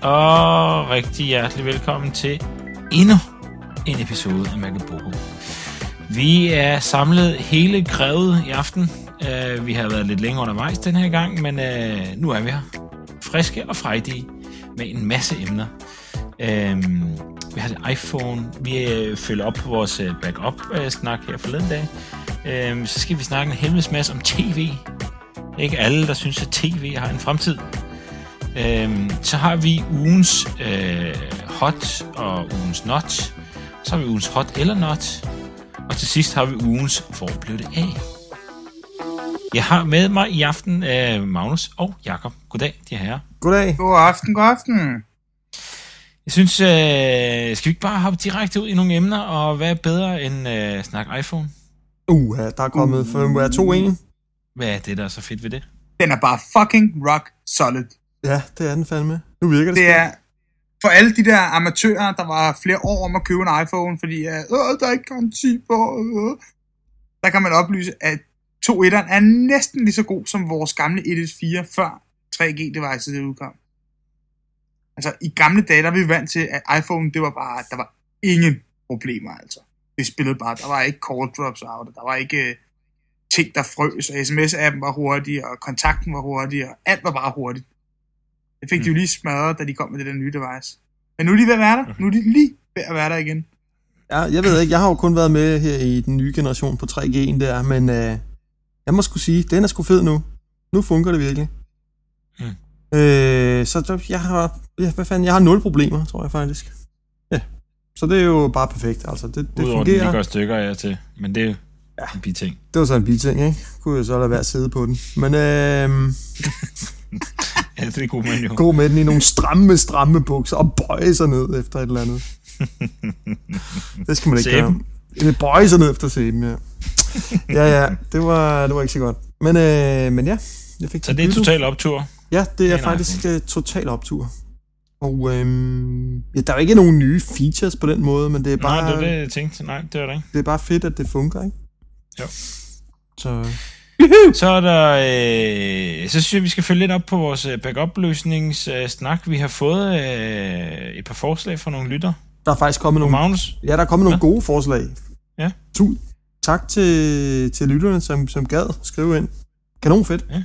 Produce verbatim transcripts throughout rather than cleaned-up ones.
Og rigtig hjertelig velkommen til endnu en episode af Magaboko. Vi er samlet hele grevet i aften. Uh, vi har været lidt længere undervejs den her gang, men uh, nu er vi her. Friske og frejdige med en masse emner. Uh, vi har det iPhone. Vi uh, følger op på vores uh, backup-snak uh, her forleden dag. Uh, så skal vi snakke en helvedes masse om tv. Ikke alle, der synes, at tv har en fremtid. Øhm, så har vi ugens øh, hot og ugens not. Så har vi ugens hot eller not. Og til sidst har vi ugens hvor blev det af. Jeg har med mig i aften øh, Magnus og Jakob. Goddag, de herrer. Goddag. God aften, god aften. Jeg synes, øh, skal vi ikke bare hoppe direkte ud i nogle emner, og hvad er bedre end øh, snak iPhone? Uh, ja, der er kommet firmware to punkt en. Hvad er det, der er så fedt ved det? Den er bare fucking rock solid. Ja, det er den fandme. Nu virker det Det er for alle de der amatører, der var flere år om at købe en iPhone, fordi uh, der er ikke garanti på. Uh. Der kan man oplyse, at to punkt et er næsten lige så god som vores gamle et punkt fire før tre G-devices udkom. Altså, i gamle dage, der var vi vant til, at iPhone, det var bare, der var ingen problemer, altså. Det spillede bare, der var ikke call drops out, der var ikke uh, ting, der frøs, og sms-appen var hurtig, og kontakten var hurtig, og alt var bare hurtigt. Det fik mm. de jo lige smadret, da de kom med det der nye device. Men nu er de ved at være der. Nu er de lige ved at være der igen. Ja, jeg ved ikke, jeg har jo kun været med her i den nye generation på tre G'en der, men øh, jeg må sgu sige, den er sgu fed nu. Nu fungerer det virkelig. Mm. Øh, så jeg har, ja, hvad fanden, jeg har nul problemer, tror jeg faktisk. Ja, så det er jo bare perfekt, altså. Det, det Udover fungerer. den, gør stykker af til, men det er jo ja. en biting. Det var så en biting, ikke? Kunne jeg så lade være at sidde på den. Men øh... ja, det er god med den jo. Gå med den i nogle stramme, stramme bukser og bøje sig ned efter et eller andet. Det skal man ikke Sæben. gøre. Bøje sig ned efter sæben, ja. Ja, ja, det var, det var ikke så godt. Men, øh, men ja, jeg fik så det er total optur? Ja, det er nej, faktisk nej. total optur. Og øh, ja, der er jo ikke nogen nye features på den måde, men det er bare... Nej, det er det, jeg tænkte. Nej, det er det ikke. Det er bare fedt, at det fungerer, ikke? Jo. Så... Så er der, øh, så synes jeg, vi skal følge lidt op på vores backup-løsningssnak. Vi har fået øh, et par forslag fra nogle lytter. Der er faktisk kommet nogle, Magnus. Ja, der er kommet nogle ja. gode forslag. Ja. Tu, tak til, til lytterne, som, som gad skrive ind. Kanon fedt. Ja.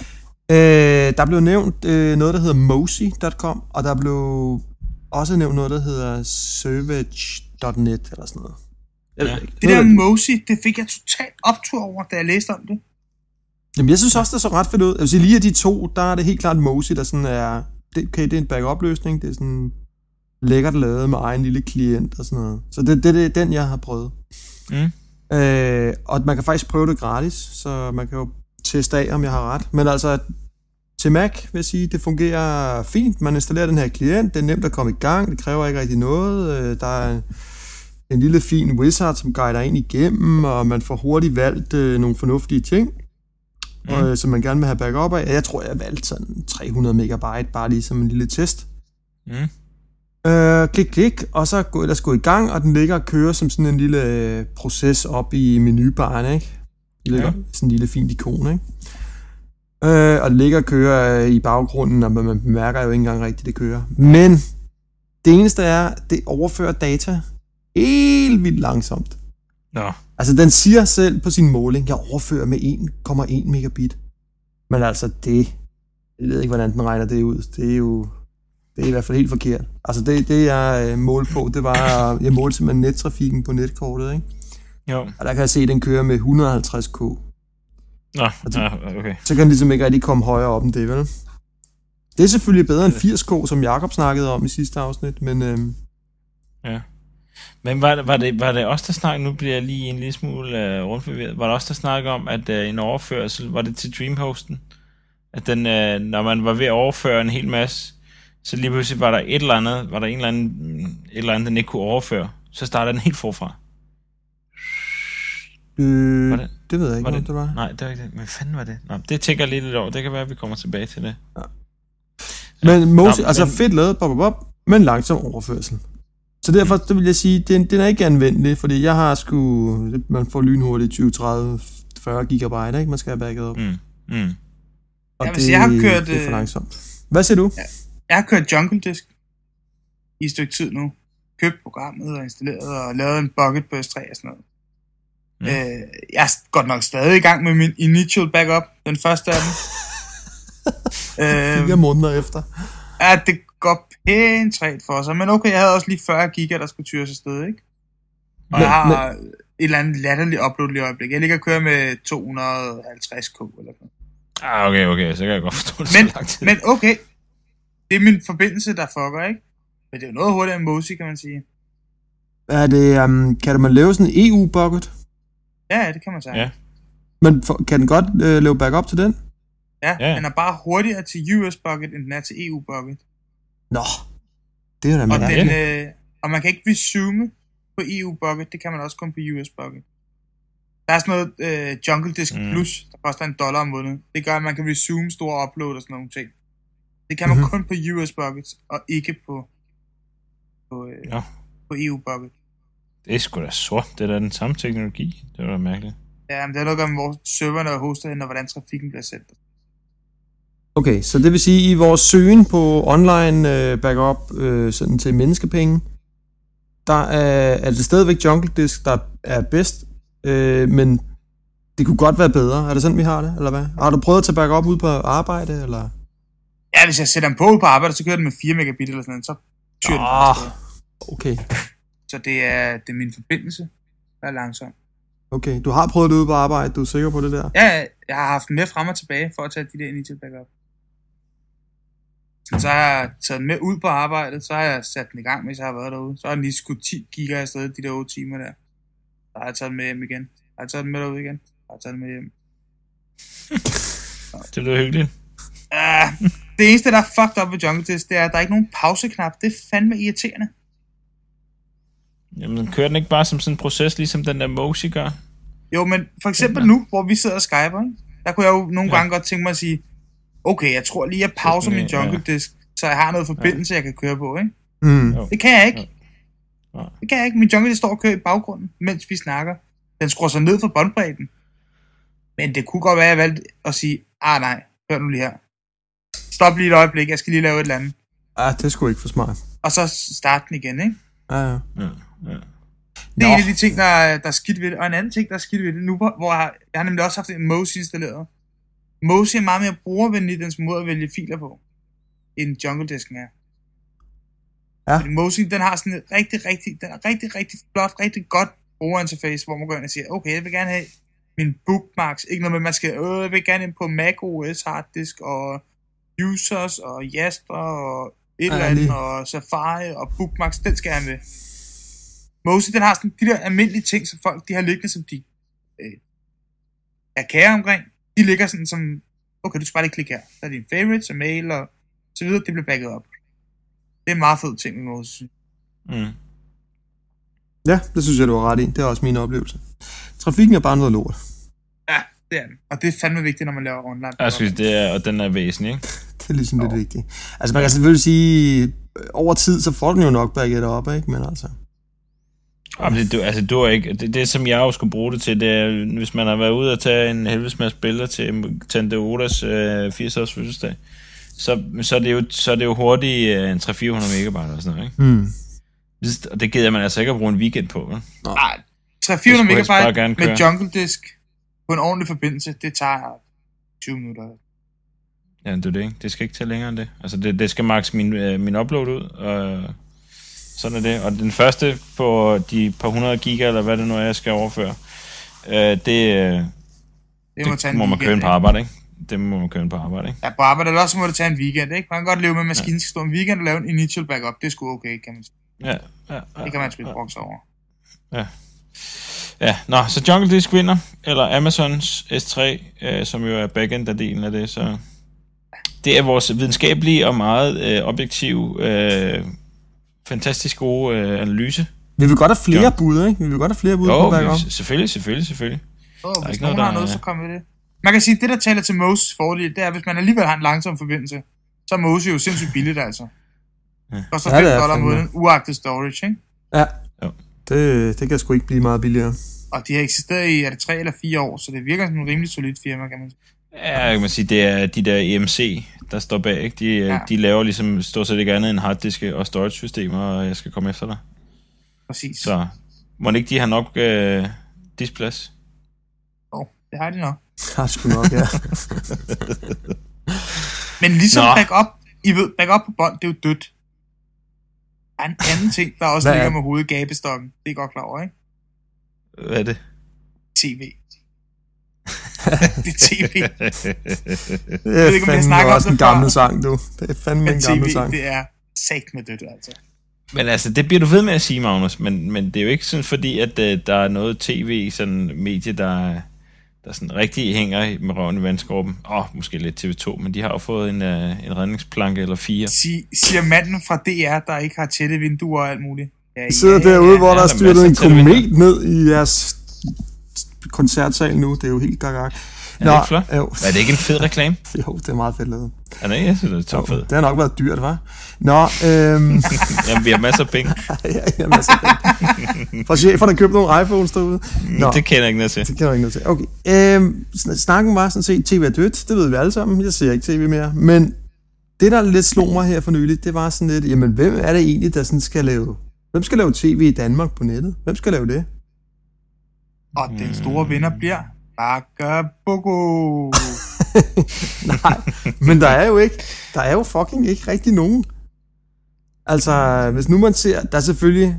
Øh, der blev nævnt øh, noget, der hedder mozy punktum com, og der blev også nævnt noget, der hedder servage punktum net, eller sådan noget. Ja. Det der mozy, det fik jeg totalt optur over, da jeg læste om det. Jamen, jeg synes også, det så ret fedt ud. Jeg vil sige, lige af de to, der er det helt klart mozy, der sådan er... Det, okay, det er en backup-løsning. Det er sådan lækkert lavet med egen lille klient og sådan noget. Så det, det, det er den, jeg har prøvet. Mm. Øh, og man kan faktisk prøve det gratis, så man kan jo teste af, om jeg har ret. Men altså, til Mac vil jeg sige, det fungerer fint. Man installerer den her klient, det er nemt at komme i gang, det kræver ikke rigtig noget. Der er en lille fin wizard, som guider ind igennem, og man får hurtigt valgt øh, nogle fornuftige ting, mm. og, som man gerne vil have backup af. Jeg tror, jeg har valgt sådan tre hundrede megabyte, bare lige som en lille test. Mm. Øh, klik, klik, og så går ellers gå i gang, og den ligger og kører som sådan en lille øh, proces op i menubaren, ikke? Det ligger ja. sådan en lille fint ikon, ikke? Øh, og det ligger og kører øh, i baggrunden, og man bemærker jo ikke engang rigtigt, det kører. Men det eneste er, det overfører data helt vildt langsomt. Nå. Altså, den siger selv på sin måling, jeg overfører med en komma en megabit. Men altså, det... Jeg ved ikke, hvordan den regner det ud. Det er jo... Det er i hvert fald helt forkert. Altså, det, det jeg målte på, det var... Jeg målte simpelthen nettrafikken på netkortet, ikke? Jo. Og der kan jeg se, at den kører med et hundrede og halvtreds k. Nå, altså, ja, okay. Så kan den ligesom ikke rigtig komme højere op end det, vel? Det er selvfølgelig bedre end firs k, som Jakob snakkede om i sidste afsnit, men... Øhm, ja. Men var det, var det, var det også der snakkede, nu bliver jeg lige en lille smule uh, rundforvirret, var det også der snakkede om, at uh, en overførsel, var det til Dreamhosten, at den, uh, når man var ved at overføre en hel masse, så lige pludselig var der et eller andet, var der en eller anden, et eller andet, den ikke kunne overføre, så startede den helt forfra. Øh, det, det ved jeg ikke, var det, det var. Nej, det var ikke det. Hvad fanden var det? Nå, det tænker jeg lidt lidt over. Det kan være, at vi kommer tilbage til det. Ja. Men mozy, altså men... fedt lavet, bop, bop, bop, men langsom overførsel. Så derfor det vil jeg sige, den, den er ikke anvendelig, fordi jeg har sgu, man får lynhurtigt tyve, tredive, fyrre gigabyte, ikke? Man skal have backet op. Mm. Mm. Og ja, det, jeg har kørt, det er for langsomt. Hvad siger du? Ja. Jeg har kørt Jungle Disk i et stykke tid nu. Købt programmet og installeret og lavet en bucket på S tre og sådan noget. Mm. Øh, jeg er godt nok stadig i gang med min initial backup, den første af dem. Fire øh, måneder efter. Ja, det går pænt træt for sig, men okay, jeg havde også lige fyrre giga, der skulle tyres afsted, ikke? Og men, jeg har men... et eller andet latterligt upload lige i øjeblik. Jeg ligger og kører med to hundrede og halvtreds k eller noget. Ah, okay, okay, så kan jeg godt forstå det men, så lang tid. Men okay, det er min forbindelse, der fucker, ikke? Men det er jo noget hurtigere end Mozy, kan man sige. Er det, um, kan man lave sådan en E U-bucket? Ja, det kan man sige. Ja. Men for, kan den godt øh, lave backup til den? Ja, ja, den er bare hurtigere til U S bucket, end den er til E U bucket. Nå, det er jo da og, den, øh, og man kan ikke resume på E U bucket, det kan man også kun på U S bucket. Der er sådan noget øh, Jungle Disk mm. Plus, der koster en dollar om måneden. Det gør, at man kan resume store upload og sådan nogle ting. Det kan man mm-hmm. kun på U S buckets, og ikke på, på, øh, ja. på E U bucket. Det er sgu da sort. Det er da den samme teknologi. Det var da mærkeligt. Ja, men det er noget at gøre med, hvor serverne er hostet hen, og hvordan trafikken bliver sendt. Okay, så det vil sige, at i vores søgen på online øh, backup øh, sådan til menneskepenge, der er, er det stadigvæk Jungle Disk, der er bedst, øh, men det kunne godt være bedre. Er det sådan, vi har det, eller hvad? Har du prøvet at tage backup ud på arbejde, eller? Ja, hvis jeg sætter den på ud på arbejde, så kører den med fire megabit eller sådan noget, så tyrer oh, den. Okay. Så det er, det er min forbindelse, der er langsom. Okay, du har prøvet det ude på arbejde, du er sikker på det der? Ja, jeg har haft den med frem og tilbage, for at tage de der initial backup. Så har jeg taget den med ud på arbejdet, så har jeg sat den i gang, hvis jeg har været derude. Så har den lige skudt ti giga afsted, de der otte timer der. Så har jeg taget den med hjem igen. Så har jeg taget den med derude igen. Så har jeg taget den med hjem. Det lyder hyggeligt. Uh, det eneste, der er fucked up ved Jungle Disk, det er, at der er ikke nogen pauseknap. Det er fandme irriterende. Jamen, kører den ikke bare som sådan en proces, ligesom den der Mozy gør? Jo, men for eksempel ja. Nu, hvor vi sidder og skyper, ikke? Der kunne jeg jo nogle ja. gange godt tænke mig at sige, okay, jeg tror lige, jeg pauser min Jungle Disk, ja. Så jeg har noget forbindelse, ja. Jeg kan køre på, ikke? Mm. Det kan jeg ikke. Ja. Det kan jeg ikke. Min Jungle Disk står og kører i baggrunden, mens vi snakker. Den skruer sig ned for båndbredden. Men det kunne godt være, at jeg valgte at sige, ah nej, hør nu lige her. Stop lige et øjeblik, jeg skal lige lave et eller andet. Ah, det er sgu ikke for smart. Og så starte den igen, ikke? Ja, ja. ja, ja. Det er Nå. En af de ting, der, der er skidt ved det. Og en anden ting, der er skidt ved det nu, hvor jeg, jeg har nemlig også haft en Mozy installeret. Mozy er meget mere brugervenlig i dens måde at vælge filer på, end Jungle Disken er. Ja. Fordi Mozy, den har sådan et rigtig, rigtig, den er rigtig, rigtig flot, rigtig godt brugerinterface, hvor man går ind og siger, okay, jeg vil gerne have mine bookmarks. Ikke noget med, man skal, øh, jeg vil gerne ind på Mac O S harddisk, og users, og Jasper, og et eller andet, og Safari, og bookmarks, den skal jeg have med. Mozy, den har sådan de der almindelige ting, som folk, de har liggende, som de øh, er kære omkring. De ligger sådan som, okay, du skal bare lige klikke her. Der er dine favorites og mail og så videre, det bliver backet op. Det er en meget fed ting med Mozy. Mm. Ja, det synes jeg, du har ret i. Det er også min oplevelse. Trafikken er bare noget lort. Ja, det er den. Og det er fandme vigtigt, når man laver online. Jeg synes, det er, og den er væsentlig, ikke? Det er ligesom lidt vigtigt. Altså, man kan selvfølgelig sige, over tid, så får den jo nok backet op, ikke? Men altså... Jamen, det, altså, du er ikke, det, det, som jeg jo skulle bruge det til, det er, hvis man har været ude og tage en helvedes masse billeder til Tante Odas øh, firs-års fødselsdag, så, så, er det jo, så er det jo hurtigt øh, en tre til fire hundrede megabyte og sådan noget, ikke? Mm. Det, og det gider man altså ikke at bruge en weekend på, vel? Nej, tre til fire hundrede megabyte med Jungle Disk på en ordentlig forbindelse, det tager tyve minutter. Ja, det er det ikke. Det skal ikke tage længere end det. Altså, det, det skal max min, øh, min upload ud, og... Sådan er det. Og den første på de par hundrede giga, eller hvad det nu er, jeg skal overføre, øh, det, det, må, det må man køre ind på arbejde, ikke? Det må man køre ind på arbejde, ikke? Ja, på arbejde, eller også må det tage en weekend, ikke? Man kan godt leve med, at maskinen ja. Skal stå en weekend og lave en initial backup. Det er sgu okay, kan man sige. Ja, ja, ja. Det kan man sgu ikke brokse over. Ja. Ja, nå, så Jungle Disk vinder, eller Amazons S tre, øh, som jo er backend-delen af det, så... Det er vores videnskabelige og meget øh, objektive... Øh, fantastisk god øh, analyse. Vi vil godt have flere ja. bud, ikke? Vi vil godt have flere bud jo, på backup. selvfølgelig, selvfølgelig, selvfølgelig. Oh, hvis ikke nogen noget, har noget, så kommer vi det. Man kan sige, at det, der taler til Mozys fordel, det er, hvis man alligevel har en langsom forbindelse, så er Mozy jo sindssygt billigt, altså. Ja. Koster fem dollar om måneden, uagtet storage, ikke? Ja, jo. Det, det kan sgu ikke blive meget billigere. Og de har eksisteret i, er det tre eller fire år, så det virker som en rimelig solid firma, kan man sige. Ja, kan man sige, det er de der E M C, der står bag, ikke? De, Ja. de laver ligesom stort set ikke andet end harddiske og storage-systemer, og jeg skal komme efter dig. Præcis. Så må ikke de har nok øh, diskplads? Oh, det har de nok. Har sgu nok, ja. Men ligesom Nå. backup, I ved, backup på bånd, det er jo dødt. Der er en anden ting, der også Hvad er ligger det? med hovedet i gabestokken. Det er I godt klar over, ikke? Hvad er det? T V. Det er T V. Det ved er ikke, om jeg fandme snakker om også det en før. gammel sang, du. Det er fandme Men en T gammel V, sang. det er sat med dødt, altså. Men altså, det bliver du ved med at sige, Magnus, men, men det er jo ikke sådan, fordi at uh, der er noget tv, sådan medie, der, der sådan rigtig hænger med røven i vandskorben. Åh, oh, måske lidt T V to, men de har jo fået en, uh, en redningsplanke eller fire. Sig, siger manden fra D R, der ikke har tætte vinduer og alt muligt. Ja, I sidder derude, hvor ja, der er der er styrtet en masser af komet ned i jeres koncertsal nu. Det er jo helt gagag. Er det ikke flot? Jo. Er det ikke en fed reklame? Jo, det er meget fedt lavet. Er det ikke? Jeg synes, det er top fed. Det har nok været dyrt, hva'? Nå, øhm... Jamen, vi har masser af penge. ja, ja, masser af penge. For cheferne købte nogle iPhones derude. Nå, Det kender jeg ikke noget til. det kan jeg ikke noget til. Okay. Øhm, sn- snakken var sådan set, T V er dødt. Det ved vi alle sammen. Jeg ser ikke T V mere. Men det, der lidt slog mig her for nyligt, det var sådan lidt, jamen, hvem er det egentlig, der sådan skal lave... Hvem skal lave T V i Danmark på nettet? Hvem skal lave det? Og den store vinder bliver Bakabogo. Nej, men der er jo ikke, der er jo fucking ikke rigtig nogen. Altså, hvis nu man ser, der er selvfølgelig,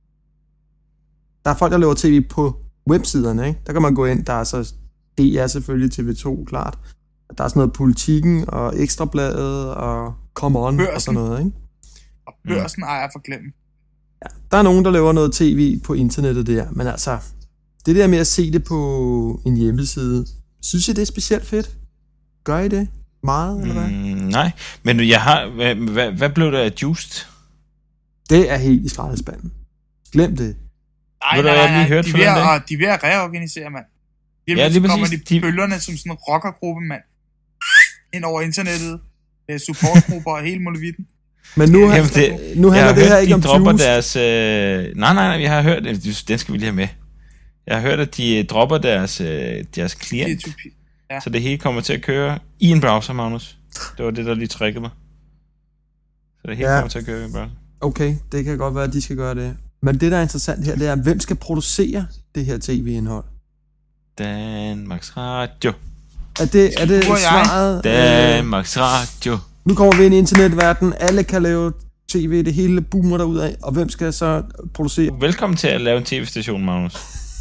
der er folk, der laver tv på websiderne, ikke? Der kan man gå ind, der er så D R selvfølgelig, T V to, klart. Der er sådan noget Politikken og Ekstrabladet og Come On Børsen. og sådan noget, ikke? Og børsen ejer for glemme. Ja, der er nogen, der laver noget tv på internettet der, men altså, det der med at se det på en hjemmeside, synes I, det er specielt fedt? Gør I det? Meget, eller hvad? Mm, nej, men jeg har... Hvad, hvad, hvad blev der af Juiced? Det er helt i skraldespanden. Glem det. Nej, Ved du, nej, hvad jeg nej, lige hørte de er forleden ved dag? at, de er ved at reorganisere, mand. Jamen, Ja, ja, lige så kommer præcis. de De- bølgerne som sådan en rockergruppe, mand. Ind over internettet. Øh, supportgrupper og hele molevitten. Men nu, Jamen, det, det, nu jeg handler har det hørt, her ikke de om dropper Juice. deres... Øh, nej, nej, nej, jeg har hørt... Den skal vi lige have med. Jeg har hørt, at de øh, dropper deres, øh, deres klient, P to P. Ja. så det hele kommer til at køre i en browser, Magnus. Det var det, der lige trækkede mig. Så det hele Ja. kommer til at køre i en browser. Okay, det kan godt være, at de skal gøre det. Men det, der er interessant her, det er, hvem skal producere det her tv-indhold? Danmarks Radio. Er det, er det Du og jeg. svaret? Øh, Danmarks Radio. nu kommer vi ind i internetverdenen. Alle kan lave tv, det hele boomer derudad. Og hvem skal så producere? Velkommen til at lave en tv-station, Magnus.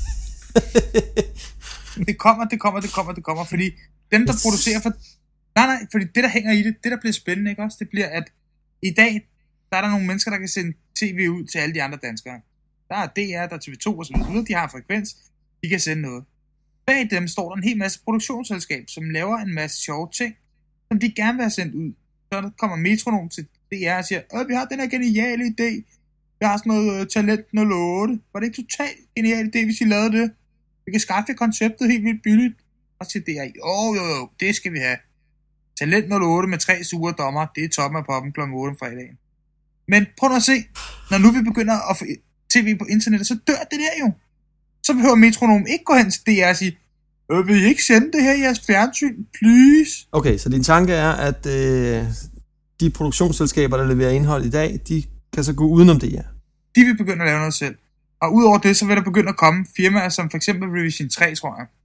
Det kommer, det kommer, det kommer, det kommer, fordi dem, der producerer for... Nej, nej, fordi det, der hænger i det, det, der bliver spændende, ikke også, det bliver, at i dag, der er der nogle mennesker, der kan sende tv ud til alle de andre danskere. Der er D R, der er T V to og så videre, de har frekvens, de kan sende noget. Bag dem står der en hel masse produktionsselskab, som laver en masse sjove ting, som de gerne vil have sendt ud. Så der kommer Metronom til D R og siger, øh, vi har den her geniale idé, vi har sådan noget uh, Talent nul otte, var det ikke totalt genial idé, hvis I lavede det? Vi kan skaffe konceptet helt vildt billigt. Og til D R, åh jo jo, det skal vi have. Talent nul otte med tre sure dommer, det er toppen af poppen klokken otte om fredagen. Men prøv nu at se, når nu vi begynder at få tv på internettet, så dør det der jo. Så behøver Metronom ikke gå hen til D R og sige, øh, vil I ikke sende det her i jeres fjernsyn, please? Okay, så din tanke er, at øh, de produktionsselskaber, der leverer indhold i dag, de kan så gå udenom det her. De vil begynde at lave noget selv. Og udover det, så vil der begynde at komme firmaer som for eksempel Revision tre, tror jeg.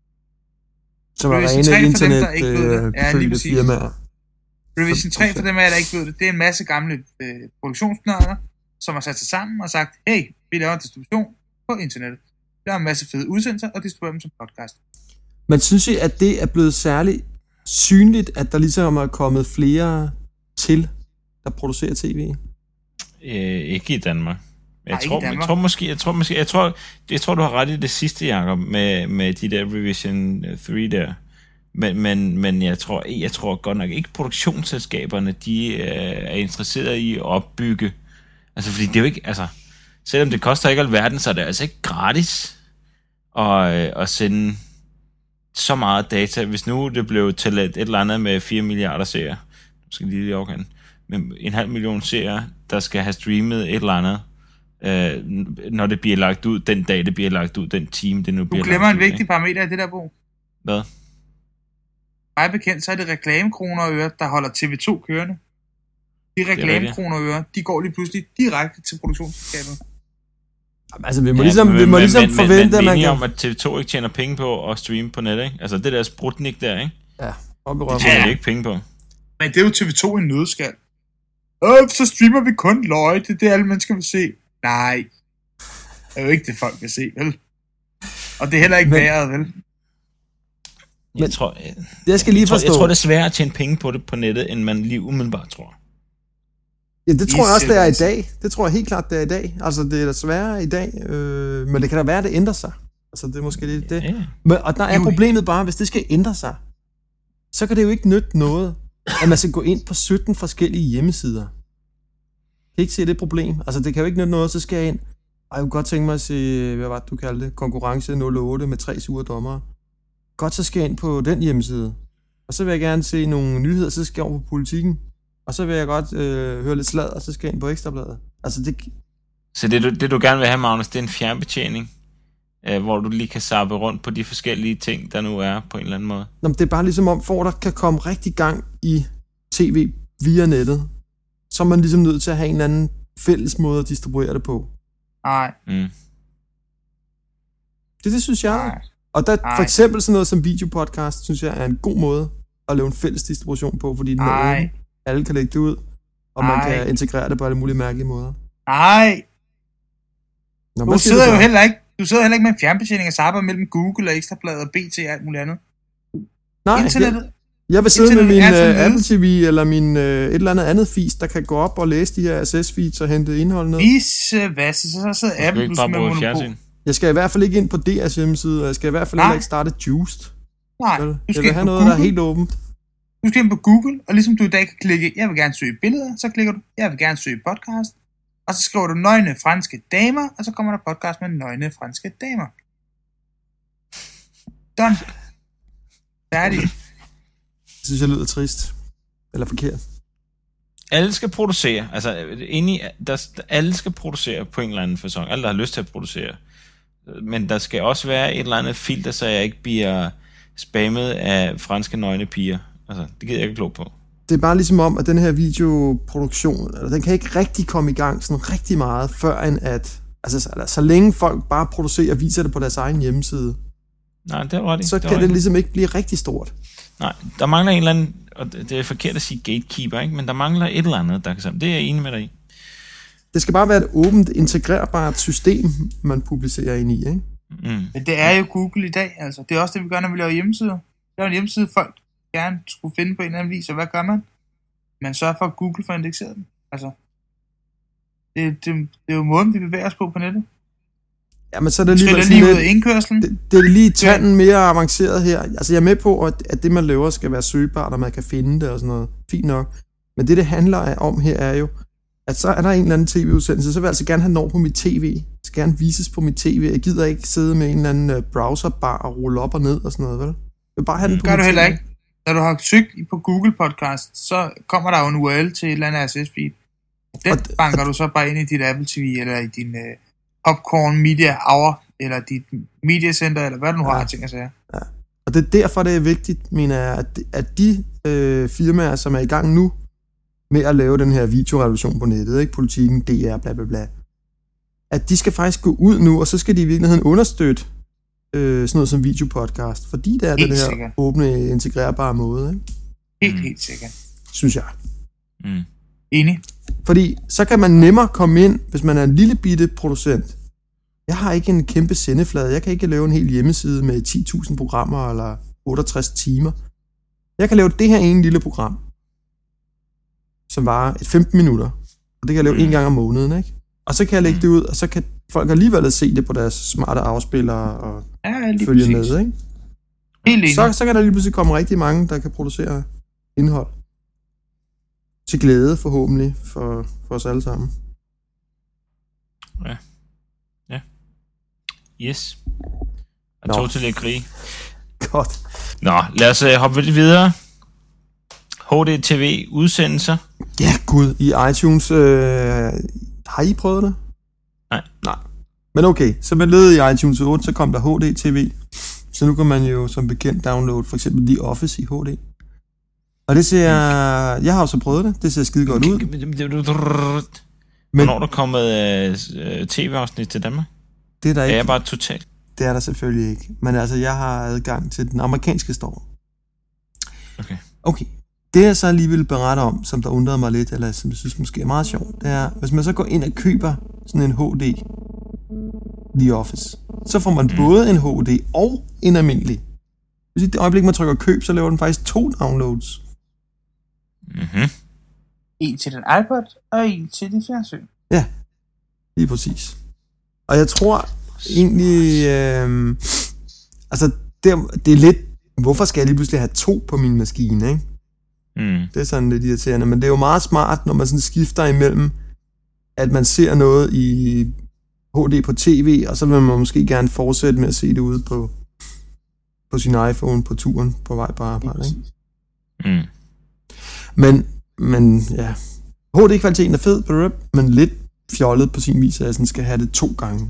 Som er Revision tre rene for dem, der internet ikke ved det. øh, Ja, lige følgende præcis. firmaer. Revision tre, for dem af jer, der ikke ved det, det er en masse gamle øh, produktionsnørder, som har sat sig sammen og sagt, hey, vi laver en distribution på internettet. Der er en masse fede udsendelser, og distribuerer dem som podcast. Men synes I, at det er blevet særligt synligt, at der ligesom er kommet flere til, der producerer tv? Øh, ikke i Danmark. Jeg Nej, ikke tror, i Danmark. jeg tror måske, jeg tror måske, jeg tror, jeg tror, du har ret i det sidste, Jacob, med, med de der Revision tre der. Men, men, men jeg tror, jeg tror godt nok ikke produktionsselskaberne, de øh, er interesseret i at opbygge. Altså, fordi det er jo ikke, altså, selvom det koster ikke alverden, så er det altså ikke gratis at, øh, at sende så meget data. Hvis nu det blev til et eller andet med fire milliarder serier, nu skal lige lige overkende, med en halv million serier, der skal have streamet et eller andet, øh, når det bliver lagt ud, den dag det bliver lagt ud, den time det nu Du bliver glemmer lagt en ud, vigtig ikke? parameter i det der, Bo. Hvad? mig bekendt, så er det reklamekroner og øre, der holder T V to kørende. De reklamekroner og øre, de går lige pludselig direkte til produktionsselskabet. Altså, vi må ja, ligesom, men, vi må ligesom men, forvente, men, men, at man kan... om, at T V to ikke tjener penge på at streame på net, ikke? Altså, det der Sputnik der, ikke? Ja, det tjener de ikke penge på. Men det er jo T V to i en nødskal. Øh, så streamer vi kun løg, det er det, alle mennesker vil se. Nej. Det er jo ikke det, folk vil se, vel? Og det er heller ikke men, været, vel? Jeg men, tror, jeg, jeg skal lige jeg, forstå. Tror, jeg tror, det er sværere at tjene penge på det på nettet, end man lige umiddelbart tror. Ja, det tror jeg også, det er i dag. Det tror jeg helt klart, det er i dag. Altså, det er da sværere i dag, øh, men det kan da være, at det ændrer sig. Altså, det er måske lidt det. Ja. Men, og der er problemet bare, hvis det skal ændre sig, så kan det jo ikke nytte noget, at man skal gå ind på sytten forskellige hjemmesider. Jeg kan ikke se det problem. Altså, det kan jo ikke nytte noget, så skal jeg ind. Og jeg kunne godt tænke mig at se, hvad var det, du kaldte det? Konkurrence nul otte med tre sure dommere. Godt, så skal jeg ind på den hjemmeside. Og så vil jeg gerne se nogle nyheder, så skal jeg over på Politikken. Og så vil jeg godt øh, høre lidt sladder, og så skal jeg ind på Ekstrabladet. Altså, det... Så det du, det, du gerne vil have, Magnus, det er en fjernbetjening, øh, hvor du lige kan zappe rundt på de forskellige ting, der nu er på en eller anden måde? Nå, det er bare ligesom om, for at der kan komme rigtig gang i tv via nettet, så er man ligesom nødt til at have en eller anden fælles måde at distribuere det på. Nej. Mm. Det, det synes jeg. Nej. Og der for eksempel sådan noget som videopodcast, synes jeg er en god måde at lave en fælles distribution på, fordi den er åben. Alle kan lægge det ud, og Ej. man kan integrere det på alle mulige mærkelige måder. Nej. Nå, du sidder du jo heller ikke, du sidder heller ikke med en fjernbetjening og zapper mellem Google og Ekstrabladet og B T og alt muligt andet. Nej, Internettet, jeg, jeg vil sidde med min uh, Apple T V eller min uh, et eller andet andet feed, der kan gå op og læse de her R S S feeds og hente indhold ned. Vise hvad, så sidder Apple plus med monopol. Jeg skal i hvert fald ikke ind på D R's hjemmeside, og jeg skal i hvert fald heller ikke starte Juiced. Nej, du skal jeg vil have noget, Google. Der er helt åbent. Du skal ind på Google, og ligesom du i dag kan klikke, jeg vil gerne søge billeder, så klikker du, jeg vil gerne søge podcast, og så skriver du nøgne franske damer, og så kommer der podcast med nøgne franske damer. Done. Færdig. Det synes jeg lyder trist. Eller forkert. Alle skal producere, altså inde i, der, alle skal producere på en eller anden facon. Alle, der har lyst til at producere. Men der skal også være et eller andet filter, så jeg ikke bliver spammet af franske nøgne piger. Altså, det gider jeg ikke klog på. Det er bare ligesom om, at den her videoproduktion, eller den kan ikke rigtig komme i gang sådan rigtig meget, før end at, altså så, så længe folk bare producerer og viser det på deres egen hjemmeside, nej, det var det. så det kan det ligesom ikke blive rigtig stort. Nej, der mangler en eller anden, og det er forkert at sige gatekeeper, ikke? Men der mangler et eller andet, der kan sammen. Det er jeg enig med dig i. Det skal bare være et åbent, integrerbart system, man publicerer ind i, ikke? Mm. Men det er jo Google i dag, altså. Det er også det, vi gør, når vi laver hjemmesider. Vi laver en hjemmeside, folk gerne skulle finde på en eller anden vis, og hvad gør man? Man sørger for, at Google får indekseret den. Altså, det, det, det er jo måden, vi bevæger os på på nettet. Ja, men så er det lige, lige ud af indkørslen. Det, det er lige tanden mere avanceret her. Altså, jeg er med på, at, at det, man laver, skal være søgbart, og man kan finde det og sådan noget. Fint nok. Men det, det handler om her, er jo, at så er der en eller anden tv-udsendelse, så vil jeg altså gerne have den over på mit tv. Det skal gerne vises på mit tv. Jeg gider ikke sidde med en eller anden browserbar og rulle op og ned og sådan noget, vel? Jeg vil bare have den på gør mit du heller tv. Ikke. Når du har søgt på Google Podcast, så kommer der jo en U R L til et eller andet R S S-feed. Den og d- banker og d- du så bare ind i dit Apple T V, eller i din uh, Popcorn Media Hour, eller dit Media Center, eller hvad du nu ja. har ting at sige. Ja. Og det er derfor, det er vigtigt, mener jeg, at, at de øh, firmaer, som er i gang nu med at lave den her videorevolution på nettet, ikke? Politikken, D R, bla bla bla, at de skal faktisk gå ud nu, og så skal de i virkeligheden understøtte øh, sådan noget som videopodcast, fordi det er helt den her sikkert. Åbne, integrerbare måde. Ikke? Helt, helt sikkert. Synes jeg. Mm. Enig. Fordi så kan man nemmere komme ind, hvis man er en lille bitte producent. Jeg har ikke en kæmpe sendeflade. Jeg kan ikke lave en hel hjemmeside med ti tusind programmer eller otteogtres timer. Jeg kan lave det her ene lille program, som varer et femten minutter. Og det kan jeg lave mm. en gang om måneden, ikke? Og så kan jeg lægge det ud, og så kan folk alligevel se det på deres smarte afspillere og ja, følge præcis. med, ikke? Helt så, så kan der lige pludselig komme rigtig mange, der kan producere indhold. Til glæde forhåbentlig for, for os alle sammen. Ja. Ja. Yes. Jeg tog til at krige. Godt. Nå, lad os uh, hoppe lidt videre. H D T V-udsendelser. Ja, gud. I iTunes. Øh, har I prøvet det? Nej. Nej. Men okay, så med led i iTunes otte, så kom der H D T V, Så nu kan man jo som bekendt downloade for eksempel The Office i H D. Og det ser... Jeg har jo så prøvet det. Det ser skide godt ud. Men hvornår er der kommet uh, tv-afsnit til Danmark? Det er der ikke. Er jeg bare totalt? Det er der selvfølgelig ikke. Men altså, jeg har adgang til den amerikanske store. Okay. Okay. Det jeg så lige vil berette om, som der undrede mig lidt, eller som jeg synes måske er meget sjovt, det er, hvis man så går ind og køber sådan en H D The Office, så får man mm. både en H D og en almindelig. Hvis i det øjeblik, man trykker køb, så laver den faktisk to downloads. Mhm. En til den iPod, og en til din fjernsyn. Ja, lige præcis. Og jeg tror egentlig, øh, altså det, det er lidt, hvorfor skal jeg lige pludselig have to på min maskine, ikke? Mm. Det er sådan lidt irriterende, men det er jo meget smart, når man sådan skifter imellem, at man ser noget i H D på tv, og så vil man måske gerne fortsætte med at se det ude på, på sin iPhone på turen på vej på arbejde, ikke? Mm. Men, men ja, H D-kvaliteten er fed, men lidt fjollet på sin vis, at jeg sådan skal have det to gange.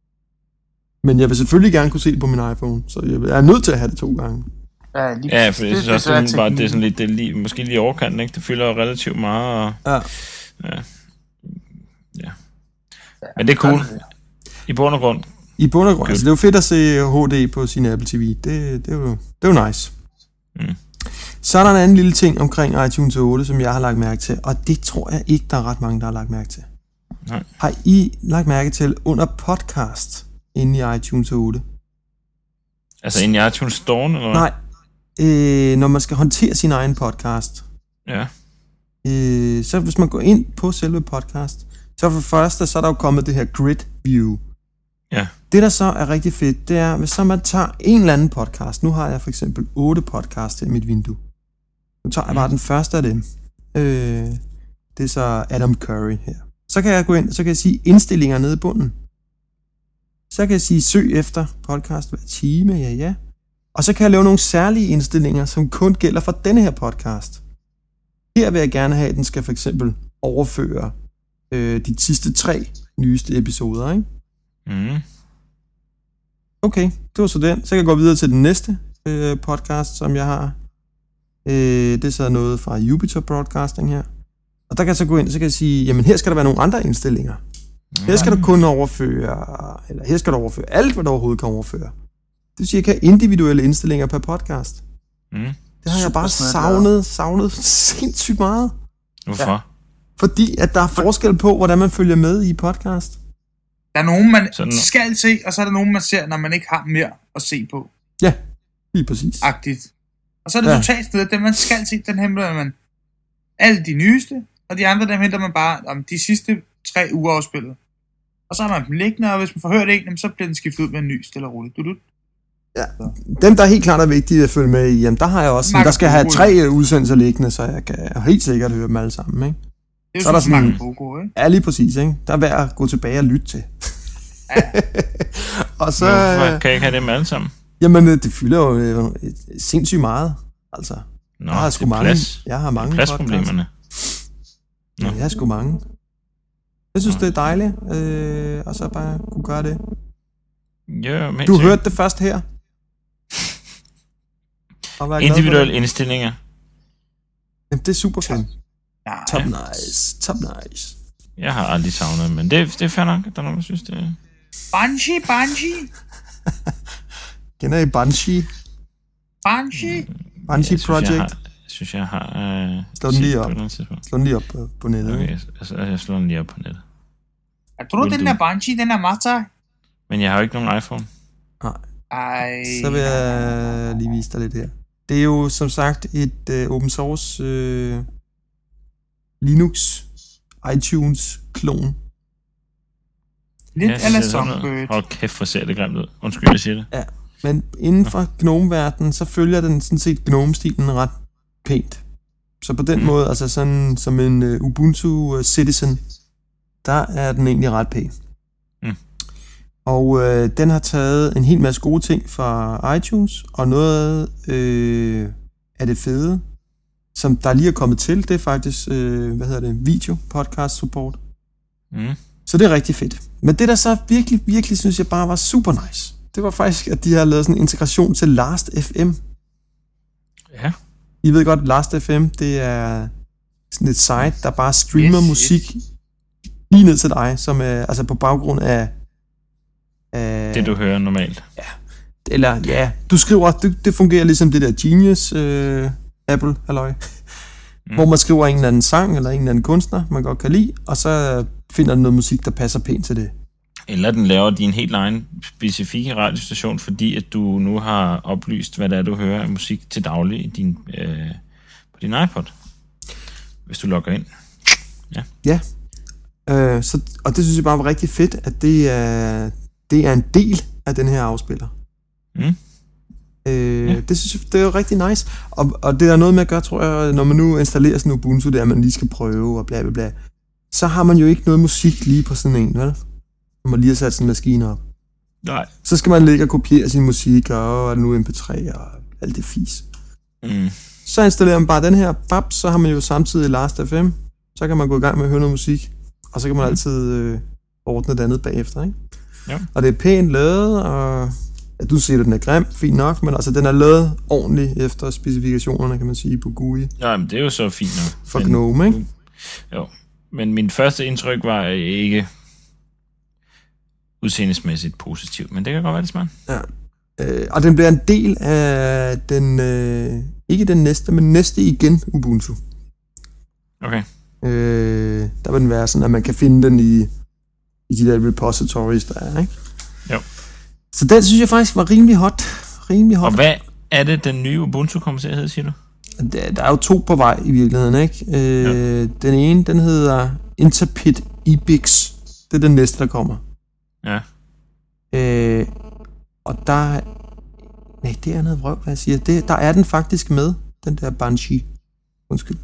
Men jeg vil selvfølgelig gerne kunne se det på min iPhone, så jeg er nødt til at have det to gange. Ja, lige ja, for jeg synes også, det, det, bare, det er sådan lidt, det er lige, måske lige overkanten, ikke? Det fylder relativt meget, og... Ja. Ja. Ja. Men det er cool. I bund og grund. I bund og grund. Altså, det er jo fedt at se H D på sin Apple T V. Det, det, er, jo, det er jo nice. Mm. Så er der en anden lille ting omkring iTunes otte, som jeg har lagt mærke til, og det tror jeg ikke, der er ret mange, der har lagt mærke til. Nej. Har I lagt mærke til under podcast inde i iTunes otte? Altså inde i iTunes Store, eller hvad? Nej. Øh, når man skal håndtere sin egen podcast. Ja. Øh, så hvis man går ind på selve podcast, så for første, så er der jo kommet det her grid view. Ja. Det, der så er rigtig fedt, det er, hvis så man tager en eller anden podcast. Nu har jeg for eksempel otte podcasts i mit vindue. Nu tager jeg bare mm. den første af dem. Øh, det er så Adam Curry her. Så kan jeg gå ind, så kan jeg sige indstillinger nede i bunden. Så kan jeg sige søg efter podcast hver time, ja ja. Og så kan jeg lave nogle særlige indstillinger, som kun gælder for denne her podcast. Her vil jeg gerne have, at den skal for eksempel overføre øh, de sidste tre nyeste episoder, ikke? Mm. Okay, det var så den. Så kan jeg gå videre til den næste øh, podcast, som jeg har. Øh, det er så noget fra Jupiter Broadcasting her. Og der kan jeg så gå ind, så kan jeg sige, jamen her skal der være nogle andre indstillinger. Her skal du kun overføre, eller her skal du overføre alt, hvad du overhovedet kan overføre. Det vil sige, at jeg kan have individuelle indstillinger per podcast. Mm. Det har jeg bare savnet, savnet sindssygt meget. Hvorfor? Ja. Fordi at der er forskel på, hvordan man følger med i podcast. Der er nogen, man Sådan. skal se, og så er der nogen, man ser, når man ikke har mere at se på. Ja, lige præcis. Agtigt. Og så er det Ja. totalt stedet, dem man skal se, den henter man alle de nyeste, og de andre, dem henter man bare om de sidste tre uger afspillet. Og så har man dem liggende, og hvis man får hørt en, så bliver den skiftet ud med en ny, stille og roligt. Du, du. Ja. Dem, der er helt klart er vigtige at følge med i, jamen der har jeg også sådan, der skal have tre udsendelser liggende, så jeg kan helt sikkert høre dem alle sammen, ikke? Det er Så jo er der sådan sådan- mange Bogo, ikke? Ja, lige præcis, ikke? Der er værd at gå tilbage og lytte til. Ja. Og så, Hvorfor kan jeg ikke have dem alle sammen? jamen det fylder jo øh, sindssygt meget, altså. Nå, jeg har det sgu er mange, plads. jeg har mange Pladsproblemerne. Ja, jeg har sgu mange. Jeg synes, det er dejligt, øh, og så bare kunne gøre det. Ja, men Du hørte det først her. Og vær glad for individuelle det. indstillinger. Jamen, det er super fedt. Nej. Top nice, top nice. Jeg har aldrig savnet, men det, det er fair nok, at der er nogen, der synes, det er... Banshee, Banshee, Kender I Banshee? Banshee. Banshee Jeg synes, Project? Jeg har, jeg synes, jeg har... Øh, Slå den set lige på op. et eller andet tidspunkt. Slå den lige op på, på nettet. Okay, Okay. jeg, altså, jeg slår den lige op på nettet. Jeg tror, Vil den du? der Banshee, den er Mata. Men jeg har jo ikke nogen iPhone. Ej. Så vil jeg lige vise dig lidt her. Det er jo som sagt et uh, open source uh, Linux iTunes klon. Lidt Jeg synes, eller det er sådan noget. Songbird. Hold kæft, hvor ser det grimt ud. Undskyld, jeg siger det. Men inden for GNOME-verdenen, så følger den sådan set GNOME-stilen ret pænt. Så på den Mm. måde, altså sådan som en uh, Ubuntu uh, Citizen, der er den egentlig ret pæn. Mm. Og uh, den har taget en hel masse gode ting fra iTunes, og noget uh, af det fede, som der lige er kommet til, det er faktisk, uh, hvad hedder det, video podcast support. Mm. Så det er rigtig fedt. Men det der så virkelig, virkelig synes jeg bare var super nice, det var faktisk, at de har lavet sådan en integration til Last punktum f m. Ja. I ved godt, Last punktum f m, det er sådan et site, der bare streamer yes, musik yes. lige ned til dig, som er altså på baggrund af, af det, du hører normalt. Ja. Eller ja, du skriver, det, det fungerer ligesom det der Genius øh, Apple, halløj. Mm. Hvor man skriver en eller anden sang, eller en eller anden kunstner, man godt kan lide, og så finder den noget musik, der passer pænt til det. Eller den laver din helt egen specifikke radiostation, fordi at du nu har oplyst, hvad det er, du hører af musik til daglig i din, øh, på din iPod. Hvis du logger ind. Ja. Ja. Øh, så, og det synes jeg bare var rigtig fedt, at det er, det er en del af den her afspiller. Mm. Øh, ja. Det synes jeg, det er jo rigtig nice. Og, og det er noget med at gøre, tror jeg, når man nu installerer sådan en Ubuntu, der man lige skal prøve og bla bla bla, så har man jo ikke noget musik lige på sådan en, vel? Når man lige har sat sådan en maskine op. Nej. Så skal man ligge og kopiere sin musik, og er det nu M P tre og alt det fis. Mm. Så installerer man bare den her, bap, så har man jo samtidig Last punktum f m, så kan man gå i gang med at høre noget musik, og så kan man mm. altid øh, ordne det andet bagefter, ikke? Ja. Og det er pænt lavet, og ja, du siger, at den er grim, fint nok, men altså den er lavet ordentligt efter specifikationerne, kan man sige, på G U I. Ja, men det er jo så fint nok. For men, Gnome, ikke? Jo, men min første indtryk var ikke udseendesmæssigt positivt, men det kan godt være, det smart. Ja, øh, og den bliver en del af den, øh, ikke den næste, men næste igen Ubuntu. Okay. Øh, der vil den være sådan, at man kan finde den i, i de der repositories, der er, ikke? Jo. Så den synes jeg faktisk var rimelig hot. Rimelig hot. Og hvad er det, den nye Ubuntu kommer til at hedde, siger du? Der, der er jo to på vej i virkeligheden, ikke? Øh, ja. Den ene, den hedder Interpret Ebix. Det er den næste, der kommer. Ja. Øh, og der... Nej, det er noget vrøv, hvad jeg siger. Det, der er den faktisk med, den der Banshee. Undskyld.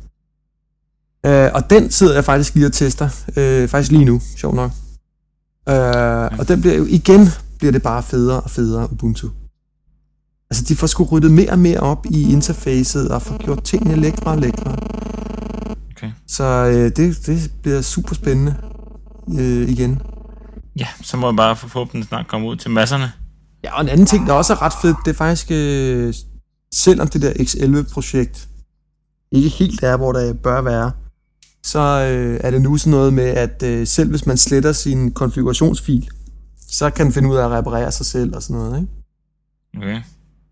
Øh, og den sidder jeg faktisk lige og tester. Øh, faktisk lige nu, sjov nok. Øh, ja. Og den bliver jo igen... bliver det bare federe og federe Ubuntu. Altså, de får sgu ryddet mere og mere op i interfacet og får gjort tingene lækre og lækre. Okay. Så øh, det, det bliver super spændende øh, igen. Ja, så må jeg bare forhåbentlig snart komme ud til masserne. Ja, og en anden ting, der også er ret fedt, det er faktisk, øh, selvom det der X elleve-projekt ikke helt er, hvor det bør være, så øh, er det nu sådan noget med, at øh, selv hvis man sletter sin konfigurationsfil, så kan den finde ud af at reparere sig selv og sådan noget, ikke? Okay.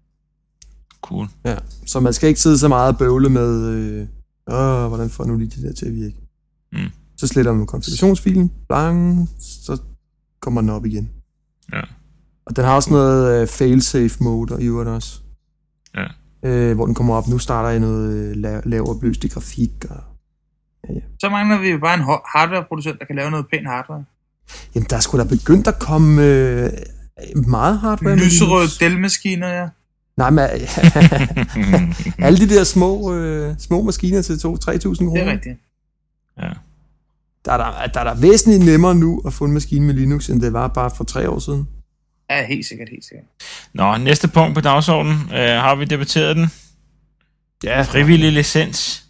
Cool. Ja, så man skal ikke sidde så meget og bøvle med, øh, åh, hvordan får jeg nu lige det der til at virke? Mm. Så sletter man konfigurationsfilen, blang, så kommer den op igen. Ja. Og den har også noget øh, fail-safe mode, og i øvrigt også. Ja. Øh, hvor den kommer op, nu starter jeg noget øh, lav, laveropløst grafik. Og, ja, ja. Så mangler vi jo bare en hardwareproducent, der kan lave noget pænt hardware. Jamen, der er sgu da begyndt at komme øh, meget hardware. Lyserøde Dell-maskiner, ja. Nej, men alle de der små, øh, små maskiner til to til tre tusind kroner. Det er rigtigt. Ja. Der er der, der er der væsentligt nemmere nu at få en maskine med Linux, end det var bare for tre år siden. Ja, helt sikkert, helt sikkert. Nå, næste punkt på dagsordenen. Øh, har vi debatteret den? Ja. Frivillig licens.